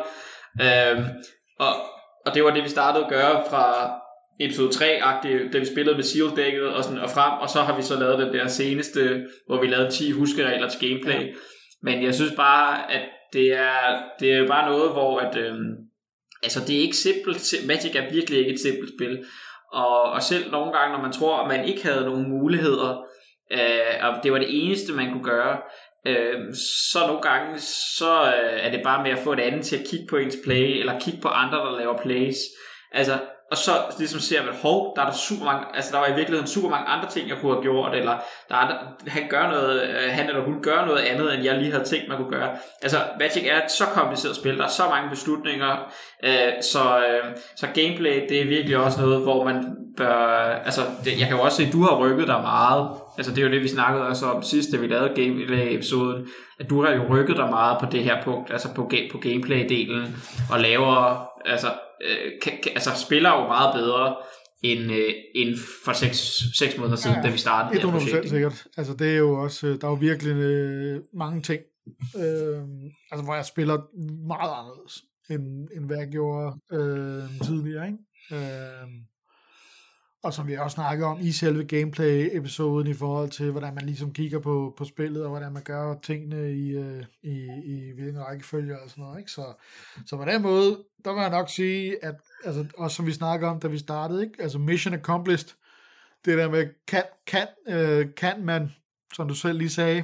Og det var det, vi startede at gøre fra episode 3-agtigt, da vi spillede med Sealed-dækket og frem, og så har vi så lavet den der seneste, hvor vi lavede 10 huskeregler til gameplay. Men jeg synes bare, at det er jo bare noget, hvor at, altså det er ikke simpelt. Magic er virkelig ikke et simpelt spil. Og selv nogle gange, når man tror, at man ikke havde nogen muligheder, og det var det eneste, man kunne gøre, så nogle gange, så er det bare med at få et andet til at kigge på ens play, eller kigge på andre, der laver plays. Altså, og så ligesom ser man, der er der super mange, altså der var i virkeligheden super mange andre ting, jeg kunne have gjort, eller han eller hun gør noget andet, end jeg lige havde tænkt, man kunne gøre. Altså, Magic er et så kompliceret spil, der er så mange beslutninger, så gameplay, det er virkelig også noget, hvor man bør, altså, jeg kan jo også se, at du har rykket dig meget, altså det er jo det, vi snakkede også om sidst, da vi lavede gameplay-episoden, at du har jo rykket dig meget på det her punkt, altså på gameplay-delen, og laver, altså spiller jo meget bedre end for 6 måneder siden, da vi startede 100% sikkert. Altså det er jo også, der er jo virkelig mange ting, altså hvor jeg spiller meget anderledes, end hvad jeg gjorde tidligere, ikke? Og som vi også snakkede om i selve gameplay-episoden i forhold til, hvordan man ligesom kigger på spillet, og hvordan man gør tingene i hvilken rækkefølge og sådan noget, ikke? Så på den måde, der vil jeg nok sige, at altså, også som vi snakkede om, da vi startede, ikke? Altså mission accomplished, det der med, kan man, som du selv lige sagde,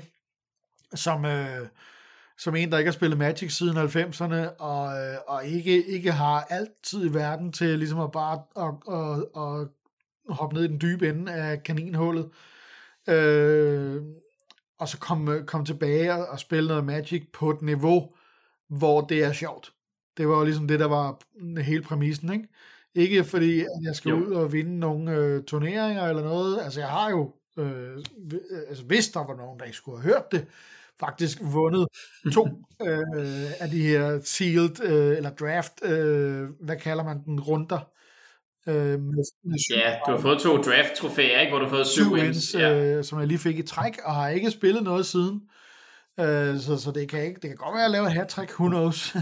som en, der ikke har spillet Magic siden 90'erne, og ikke har altid i verden til ligesom at bare at hoppe ned i den dybe ende af kaninhullet, og så komme tilbage og spille noget Magic på et niveau, hvor det er sjovt. Det var jo ligesom det, der var hele præmissen, ikke? Ikke fordi, at jeg skal ud og vinde nogle turneringer eller noget. Altså, jeg har jo, hvis der var nogen, der ikke skulle have hørt det, faktisk vundet 2 af de her sealed, eller draft, hvad kalder man den, runder. Du har fået 2 draft-trofæer, ikke? Hvor du har fået 7 wins, som jeg lige fik i træk, og har ikke spillet noget siden. Så det kan godt være, at jeg laver et hat-trick, who knows.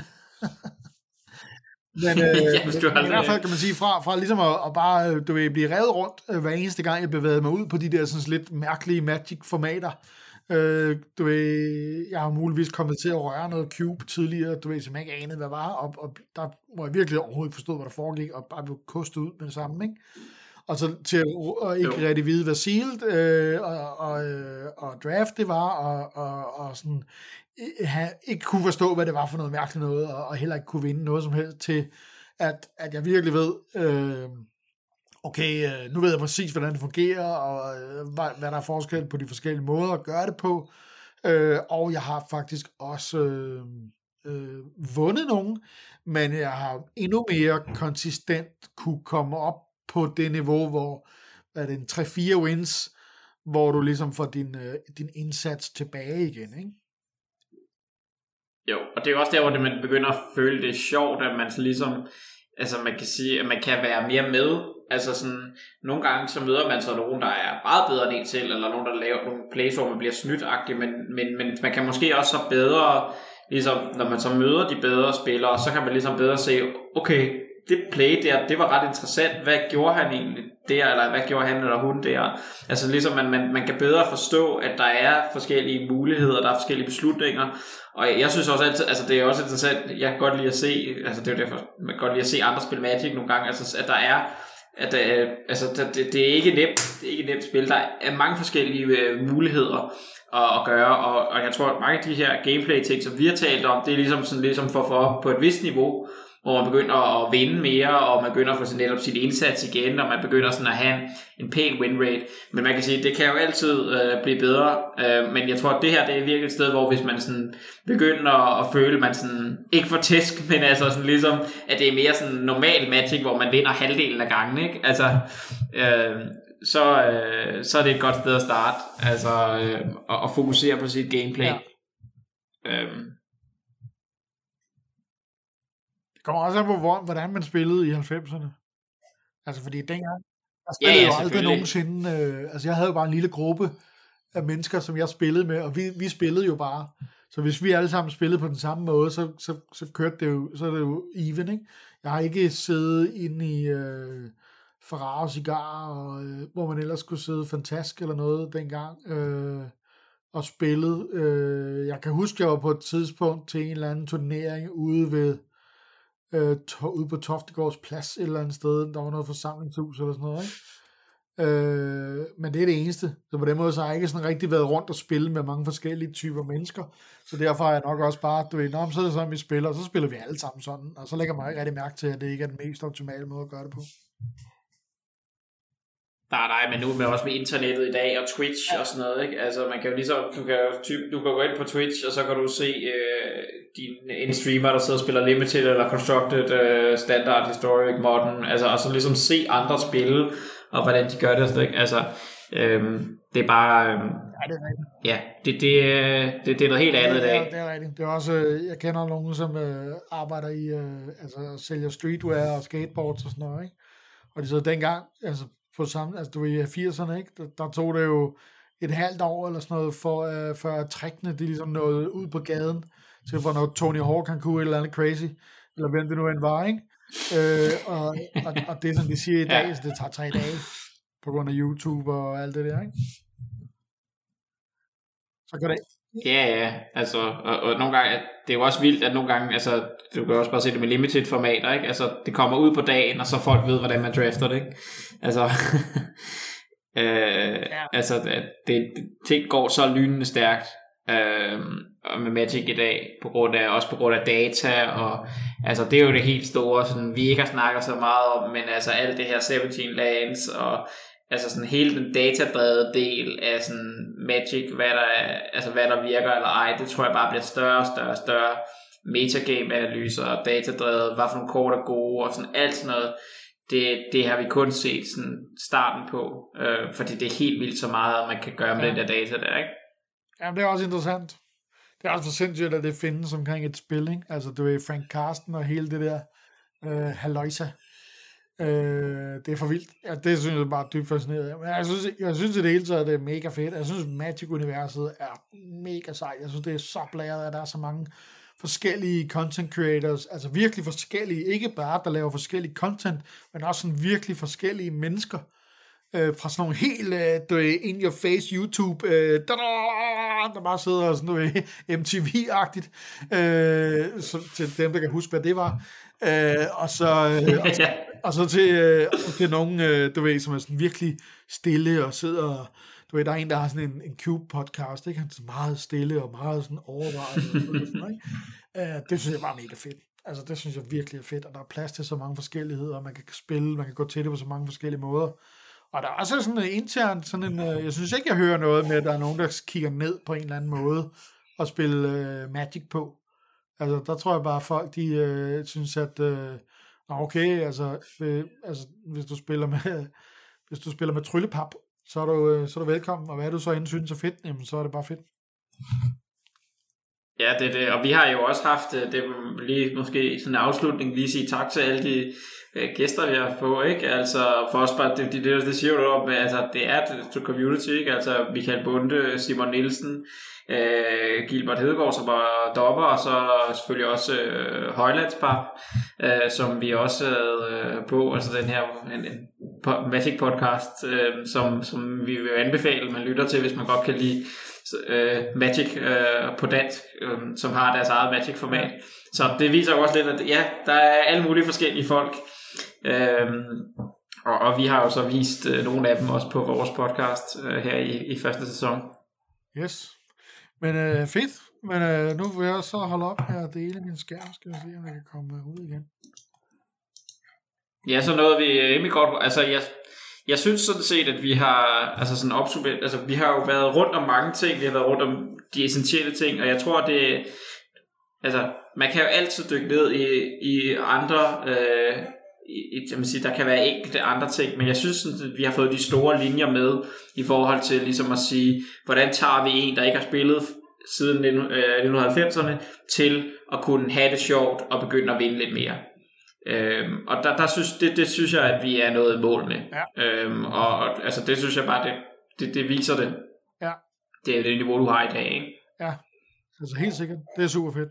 Men i hvert fald kan man sige, fra ligesom at bare blive revet rundt, hver eneste gang jeg bevægede mig ud på de der sådan lidt mærkelige Magic-formater. Jeg har muligvis kommet til at røre noget Cube tidligere, som jeg ikke anede, hvad var, og der må jeg virkelig overhovedet ikke forstå, hvad der foregik, og bare blev kostet ud med det samme, ikke? Og så til at ikke rigtig vide, hvad sealed og draft det var, og sådan ikke kunne forstå, hvad det var for noget mærkeligt noget, og heller ikke kunne vinde noget som helst, til at jeg virkelig ved, okay, nu ved jeg præcis, hvordan det fungerer, og hvad der er forskel på de forskellige måder at gøre det på. Og jeg har faktisk også vundet nogen, men jeg har endnu mere konsistent kunne komme op på det niveau, hvor er det en 3-4 wins, hvor du ligesom får din indsats tilbage igen, ikke? Jo, og det er jo også der, hvor man begynder at føle, det er sjovt, at man så ligesom, altså man kan sige, at man kan være mere med. Altså sådan, nogle gange så møder man så nogen, der er meget bedre end en selv, eller nogen, der laver nogle plays, hvor man bliver snydt-agtig, men man kan måske også så bedre, ligesom når man så møder de bedre spillere, så kan man ligesom bedre se, okay, det play der, det var ret interessant, hvad gjorde han egentlig der, eller hvad gjorde han eller hun der. Altså ligesom man kan bedre forstå, at der er forskellige muligheder, der er forskellige beslutninger, og jeg synes også altid, altså det er også interessant, jeg kan godt lide at se, altså det er jo derfor, man kan godt lide at se andre spille Magic nogle gange, altså at der er, at altså det er ikke nemt, det er ikke nemt spil, der er mange forskellige muligheder at gøre, og jeg tror, at mange af de her gameplay ting, som vi har talt om, det er ligesom for at få op på et vist niveau, hvor man begynder at vinde mere, og man begynder at få netop sin indsats igen, og man begynder sådan at have en pæn win rate. Men man kan sige, at det kan jo altid blive bedre, men jeg tror, at det her det er virkelig et sted, hvor hvis man sådan begynder at føle, at man sådan ikke får tæsk, men altså sådan ligesom, at det er mere sådan normal Magic, hvor man vinder halvdelen af gangen, ikke? Altså, så er det et godt sted at starte, altså at fokusere på sit gameplay. Ja. Det kommer også an på, hvordan man spillede i 90'erne. Altså, fordi dengang, jeg spillede jo aldrig nogensinde, altså jeg havde jo bare en lille gruppe af mennesker, som jeg spillede med, og vi spillede jo bare. Så hvis vi alle sammen spillede på den samme måde, så kørte det jo, så er det jo even, ikke? Jeg har ikke siddet inde i Ferrari Cigar, og, hvor man ellers skulle sidde fantastisk eller noget dengang, og spillet. Jeg kan huske, jeg var på et tidspunkt til en eller anden turnering ude ved ude på Toftegårds Plads et eller andet sted, der var noget forsamlingshus eller sådan noget, ikke? Men det er det eneste, så på den måde så har jeg ikke sådan rigtig været rundt og spille med mange forskellige typer mennesker, så derfor har jeg nok også bare, så er det sådan vi spiller, og så spiller vi alle sammen sådan, og så lægger man ikke rigtig mærke til, at det ikke er den mest optimale måde at gøre det på. Nej, men nu med også med internettet i dag og Twitch og sådan noget, ikke? Altså man kan jo ligesom, du kan gå ind på Twitch, og så kan du se en streamer, der sidder og spiller Limited eller Constructed, Standard, Historic, Modern, altså og så ligesom se andre spille, og hvordan de gør det og sådan, ikke? Altså, det er bare, ja, det er noget helt andet i dag. Det er rigtigt. Det er også, jeg kender nogen, som arbejder i, altså sælger streetwear og skateboards og sådan noget, ikke? Og de så dengang, altså på samme, altså du ved, i 80'erne, ikke? Der tog det jo et halvt år eller sådan noget, for trækkene, de ligesom nåede ud på gaden, til for når Tony Hawk han kunne et eller andet crazy, eller hvem det nu end var, ikke? Og det som de siger i dag, så det tager 3 dage, på grund af YouTube og alt det der, ikke? Så kan det. Ja, altså, og nogle gange, det er jo også vildt, at nogle gange, altså, du kan også bare se det med limited formater, ikke? Altså, det kommer ud på dagen, og så folk ved, hvordan man drafter det, ikke? Altså, altså, ting går så lynende stærkt, og med Magic i dag, også på grund af data, og altså, det er jo det helt store, sådan, vi ikke har snakket så meget om, men altså, alt det her 17 lands, og altså sådan hele den datadrevede del af sådan Magic, hvad der virker eller ej, det tror jeg bare bliver større metagame-analyser, datadrevet, hvad for nogle kort er gode, og sådan alt sådan noget, det har vi kun set sådan starten på, fordi det er helt vildt så meget, man kan gøre med den der data der, ikke? Jamen, det er også interessant. Det er også for sindssygt, at det findes omkring et spil, ikke? Altså, du ved, Frank Carsten og hele det der halløjsa. Det er for vildt. Ja, det synes jeg bare dybt fascinerende. Men jeg synes i det hele taget, det er mega fedt. Jeg synes, Magic-universet er mega sejt. Jeg synes, det er så blæret, at der er så mange forskellige content creators, altså virkelig forskellige, ikke bare der laver forskellige content, men også sådan virkelig forskellige mennesker, fra sådan nogle helt in your face YouTube, der bare sidder og sådan noget MTV-agtigt, til dem, der kan huske, hvad det var, og så til nogen, du ved, som er sådan virkelig stille og sidder, du ved, der er en, der har sådan en Cube-podcast, ikke? Han er meget stille og meget sådan overvejet, og sådan, ikke? Det synes jeg bare mega fedt. Altså det synes jeg virkelig er fedt, og der er plads til så mange forskelligheder, og man kan spille, man kan gå til det på så mange forskellige måder. Og der er også sådan en internt, jeg synes ikke, jeg hører noget med, at der er nogen, der kigger ned på en eller anden måde og spille Magic på. Altså der tror jeg bare, at folk de synes, at okay, altså hvis du spiller med tryllepap, så er du velkommen, og hvad du så end synes er fedt, jamen så er det bare fedt. Ja, det er det, og vi har jo også haft, det lige måske sådan en afslutning, lige sige tak til alle de gæster, vi har fået, ikke? Altså for os bare, det siger du om, altså det er et community, ikke? Altså Michael Bunde, Simon Nielsen, Gilbert Hedegaard, som var dommer, og så selvfølgelig også Højlandspar, som vi også havde på, altså den her Magic podcast, som vi vil anbefale, man lytter til, hvis man godt kan lide Magic på dansk, som har deres eget Magic-format. Så det viser jo også lidt, at ja, der er alle mulige forskellige folk, og vi har jo så vist nogle af dem også på vores podcast her i første sæson. Yes. Men fedt. Men nu vil jeg så holde op her og dele min skærm. Skal vi se, om jeg kan komme ud igen. Ja, så nåede vi rimelig godt. Altså, jeg synes sådan set, at vi har altså sådan opsummeret, altså vi har jo været rundt om mange ting. Vi har været rundt om de essentielle ting, og jeg tror, det altså, man kan jo altid dykke ned i andre jeg vil sige, der kan være enkelte andre ting, men jeg synes sådan, at vi har fået de store linjer med i forhold til ligesom at sige, hvordan tager vi en, der ikke har spillet siden 1990'erne, til at kunne have det sjovt og begynde at vinde lidt mere. Og det synes jeg, at vi er noget mål med. Ja. Og altså det synes jeg bare, det viser det. Ja. Det er det niveau, du har i dag, ikke? Ja, altså helt sikkert. Det er super fedt.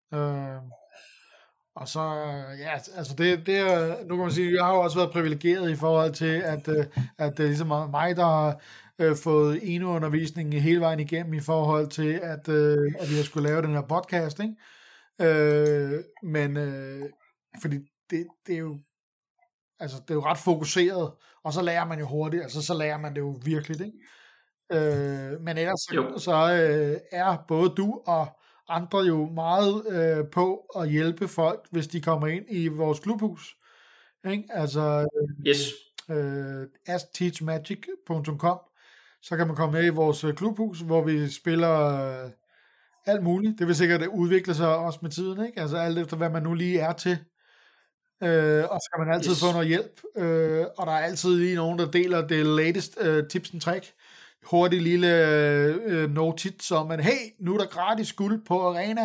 Og så, ja, altså det er, nu kan man sige, jeg har jo også været privilegeret i forhold til, at det er ligesom mig, der har fået eneundervisning hele vejen igennem i forhold til, at vi har skulle lave den her podcast, ikke? Men fordi det er jo, altså det er jo ret fokuseret, og så lærer man jo hurtigt, altså så lærer man det jo virkelig, ikke? Men ellers så er både du og andre jo meget på at hjælpe folk, hvis de kommer ind i vores klubhus, ikke? Altså yes. askteachmagic.com, så kan man komme med i vores klubhus, hvor vi spiller alt muligt. Det vil sikkert udvikle sig også med tiden, ikke? Altså alt efter hvad man nu lige er til. Og så kan man altid få noget hjælp, og der er altid lige nogen, der deler det latest tips and trick. Hurtig lille notit som, at hey, nu er der gratis guld på Arena.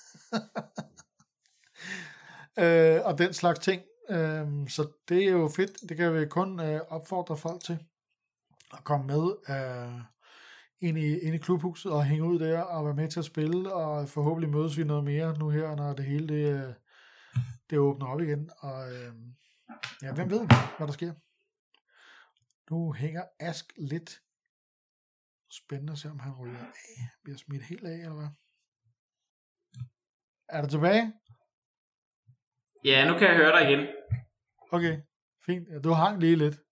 Og den slags ting. Så det er jo fedt. Det kan vi kun opfordre folk til at komme med ind i klubhuset og hænge ud der og være med til at spille, og forhåbentlig mødes vi noget mere nu her, når det hele det åbner op igen. Og ja, hvem ved, hvad der sker. Nu hænger Ask lidt. Spændende at se, om han ryger af. Bliver smidt helt af, eller hvad? Er du tilbage? Ja, nu kan jeg høre dig igen. Okay, fint. Ja, du hang lige lidt.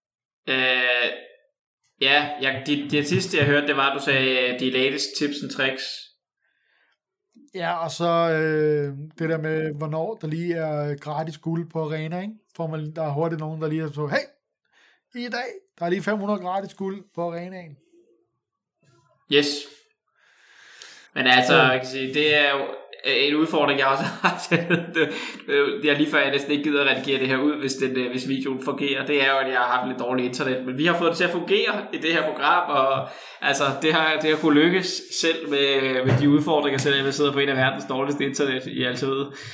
Det sidste jeg hørte, det var, at du sagde de latest tips and tricks. Ja, og så det der med, hvornår der lige er gratis guld på Arena, ikke? For der er hurtigt nogen, der lige er så, hey, i dag, der er lige 500 gratis guld på Arenaen. Yes. Men altså, jeg kan sige, det er jo en udfordring, jeg også har taget. Det er lige før, jeg næsten ikke gider at redigere det her ud, hvis videoen fungerer. Det er jo, at jeg har haft lidt dårligt internet. Men vi har fået det til at fungere i det her program, og altså, det har kunne lykkes selv med de udfordringer, selvom jeg sidder på en af verdens dårligste internet i altid.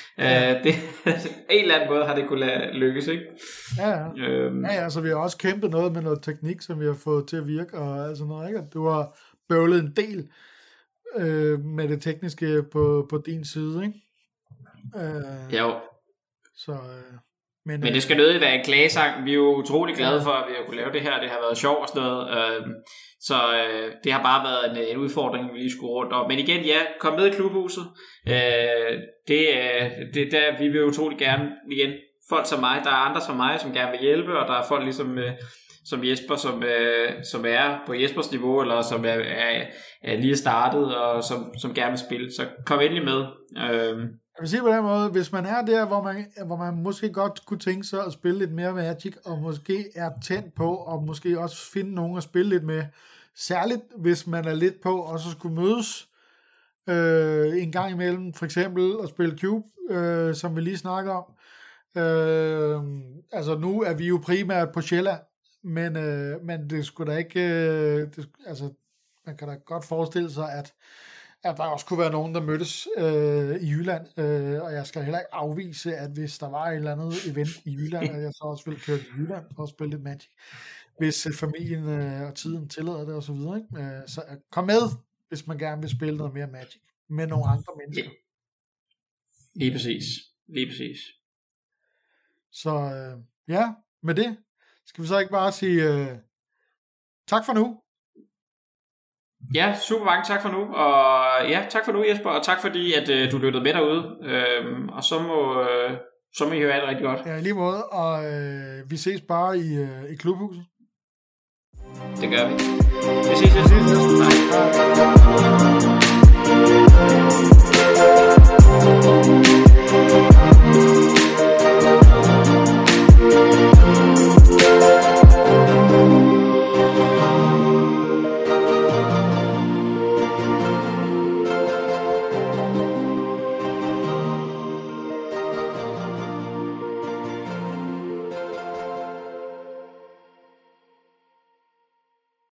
En eller anden måde har det kunne lykkes, ikke? Ja, så vi har også kæmpet noget med noget teknik, som vi har fået til at virke, og altså noget, ikke? Du har bøvlet en del med det tekniske på din side, ikke? Jo. Så, men det skal nødigt være en klagesang. Vi er jo utrolig glade for, at vi har kunne lave det her. Det har været sjovt og sådan noget. Så det har bare været en udfordring, vi lige skulle rundt om. Men igen, ja, kom med i klubhuset. Det vi vil utrolig gerne igen. Folk som mig, der er andre som mig, som gerne vil hjælpe, og der er folk ligesom som Jesper, som er på Jespers niveau, eller som er lige startet, og som gerne vil spille. Så kom endelig med. Jeg vil sige på den måde, hvis man er der, hvor man måske godt kunne tænke sig at spille lidt mere Magic, og måske er tændt på, og måske også finde nogen at spille lidt med, særligt hvis man er lidt på, og så skulle mødes en gang imellem, for eksempel at spille Cube, som vi lige snakker om. Altså nu er vi jo primært på Sjælland, men det skulle da ikke, altså man kan da godt forestille sig, at der også kunne være nogen, der mødtes i Jylland, og jeg skal heller ikke afvise, at hvis der var et eller andet event i Jylland, at jeg så også ville køre til Jylland og spille lidt Magic, hvis familien og tiden tillader det og så videre, ikke? Så kom med, hvis man gerne vil spille noget mere Magic med nogle andre mennesker. Lige præcis. Så ja, med det skal vi så ikke bare sige tak for nu. Ja, super mange tak for nu, og ja, tak for nu Jesper, og tak fordi at du lyttede med derude, og så må I høre alt rigtig godt. Ja, i lige måde, og vi ses bare i klubhuset. Det gør vi. Vi ses.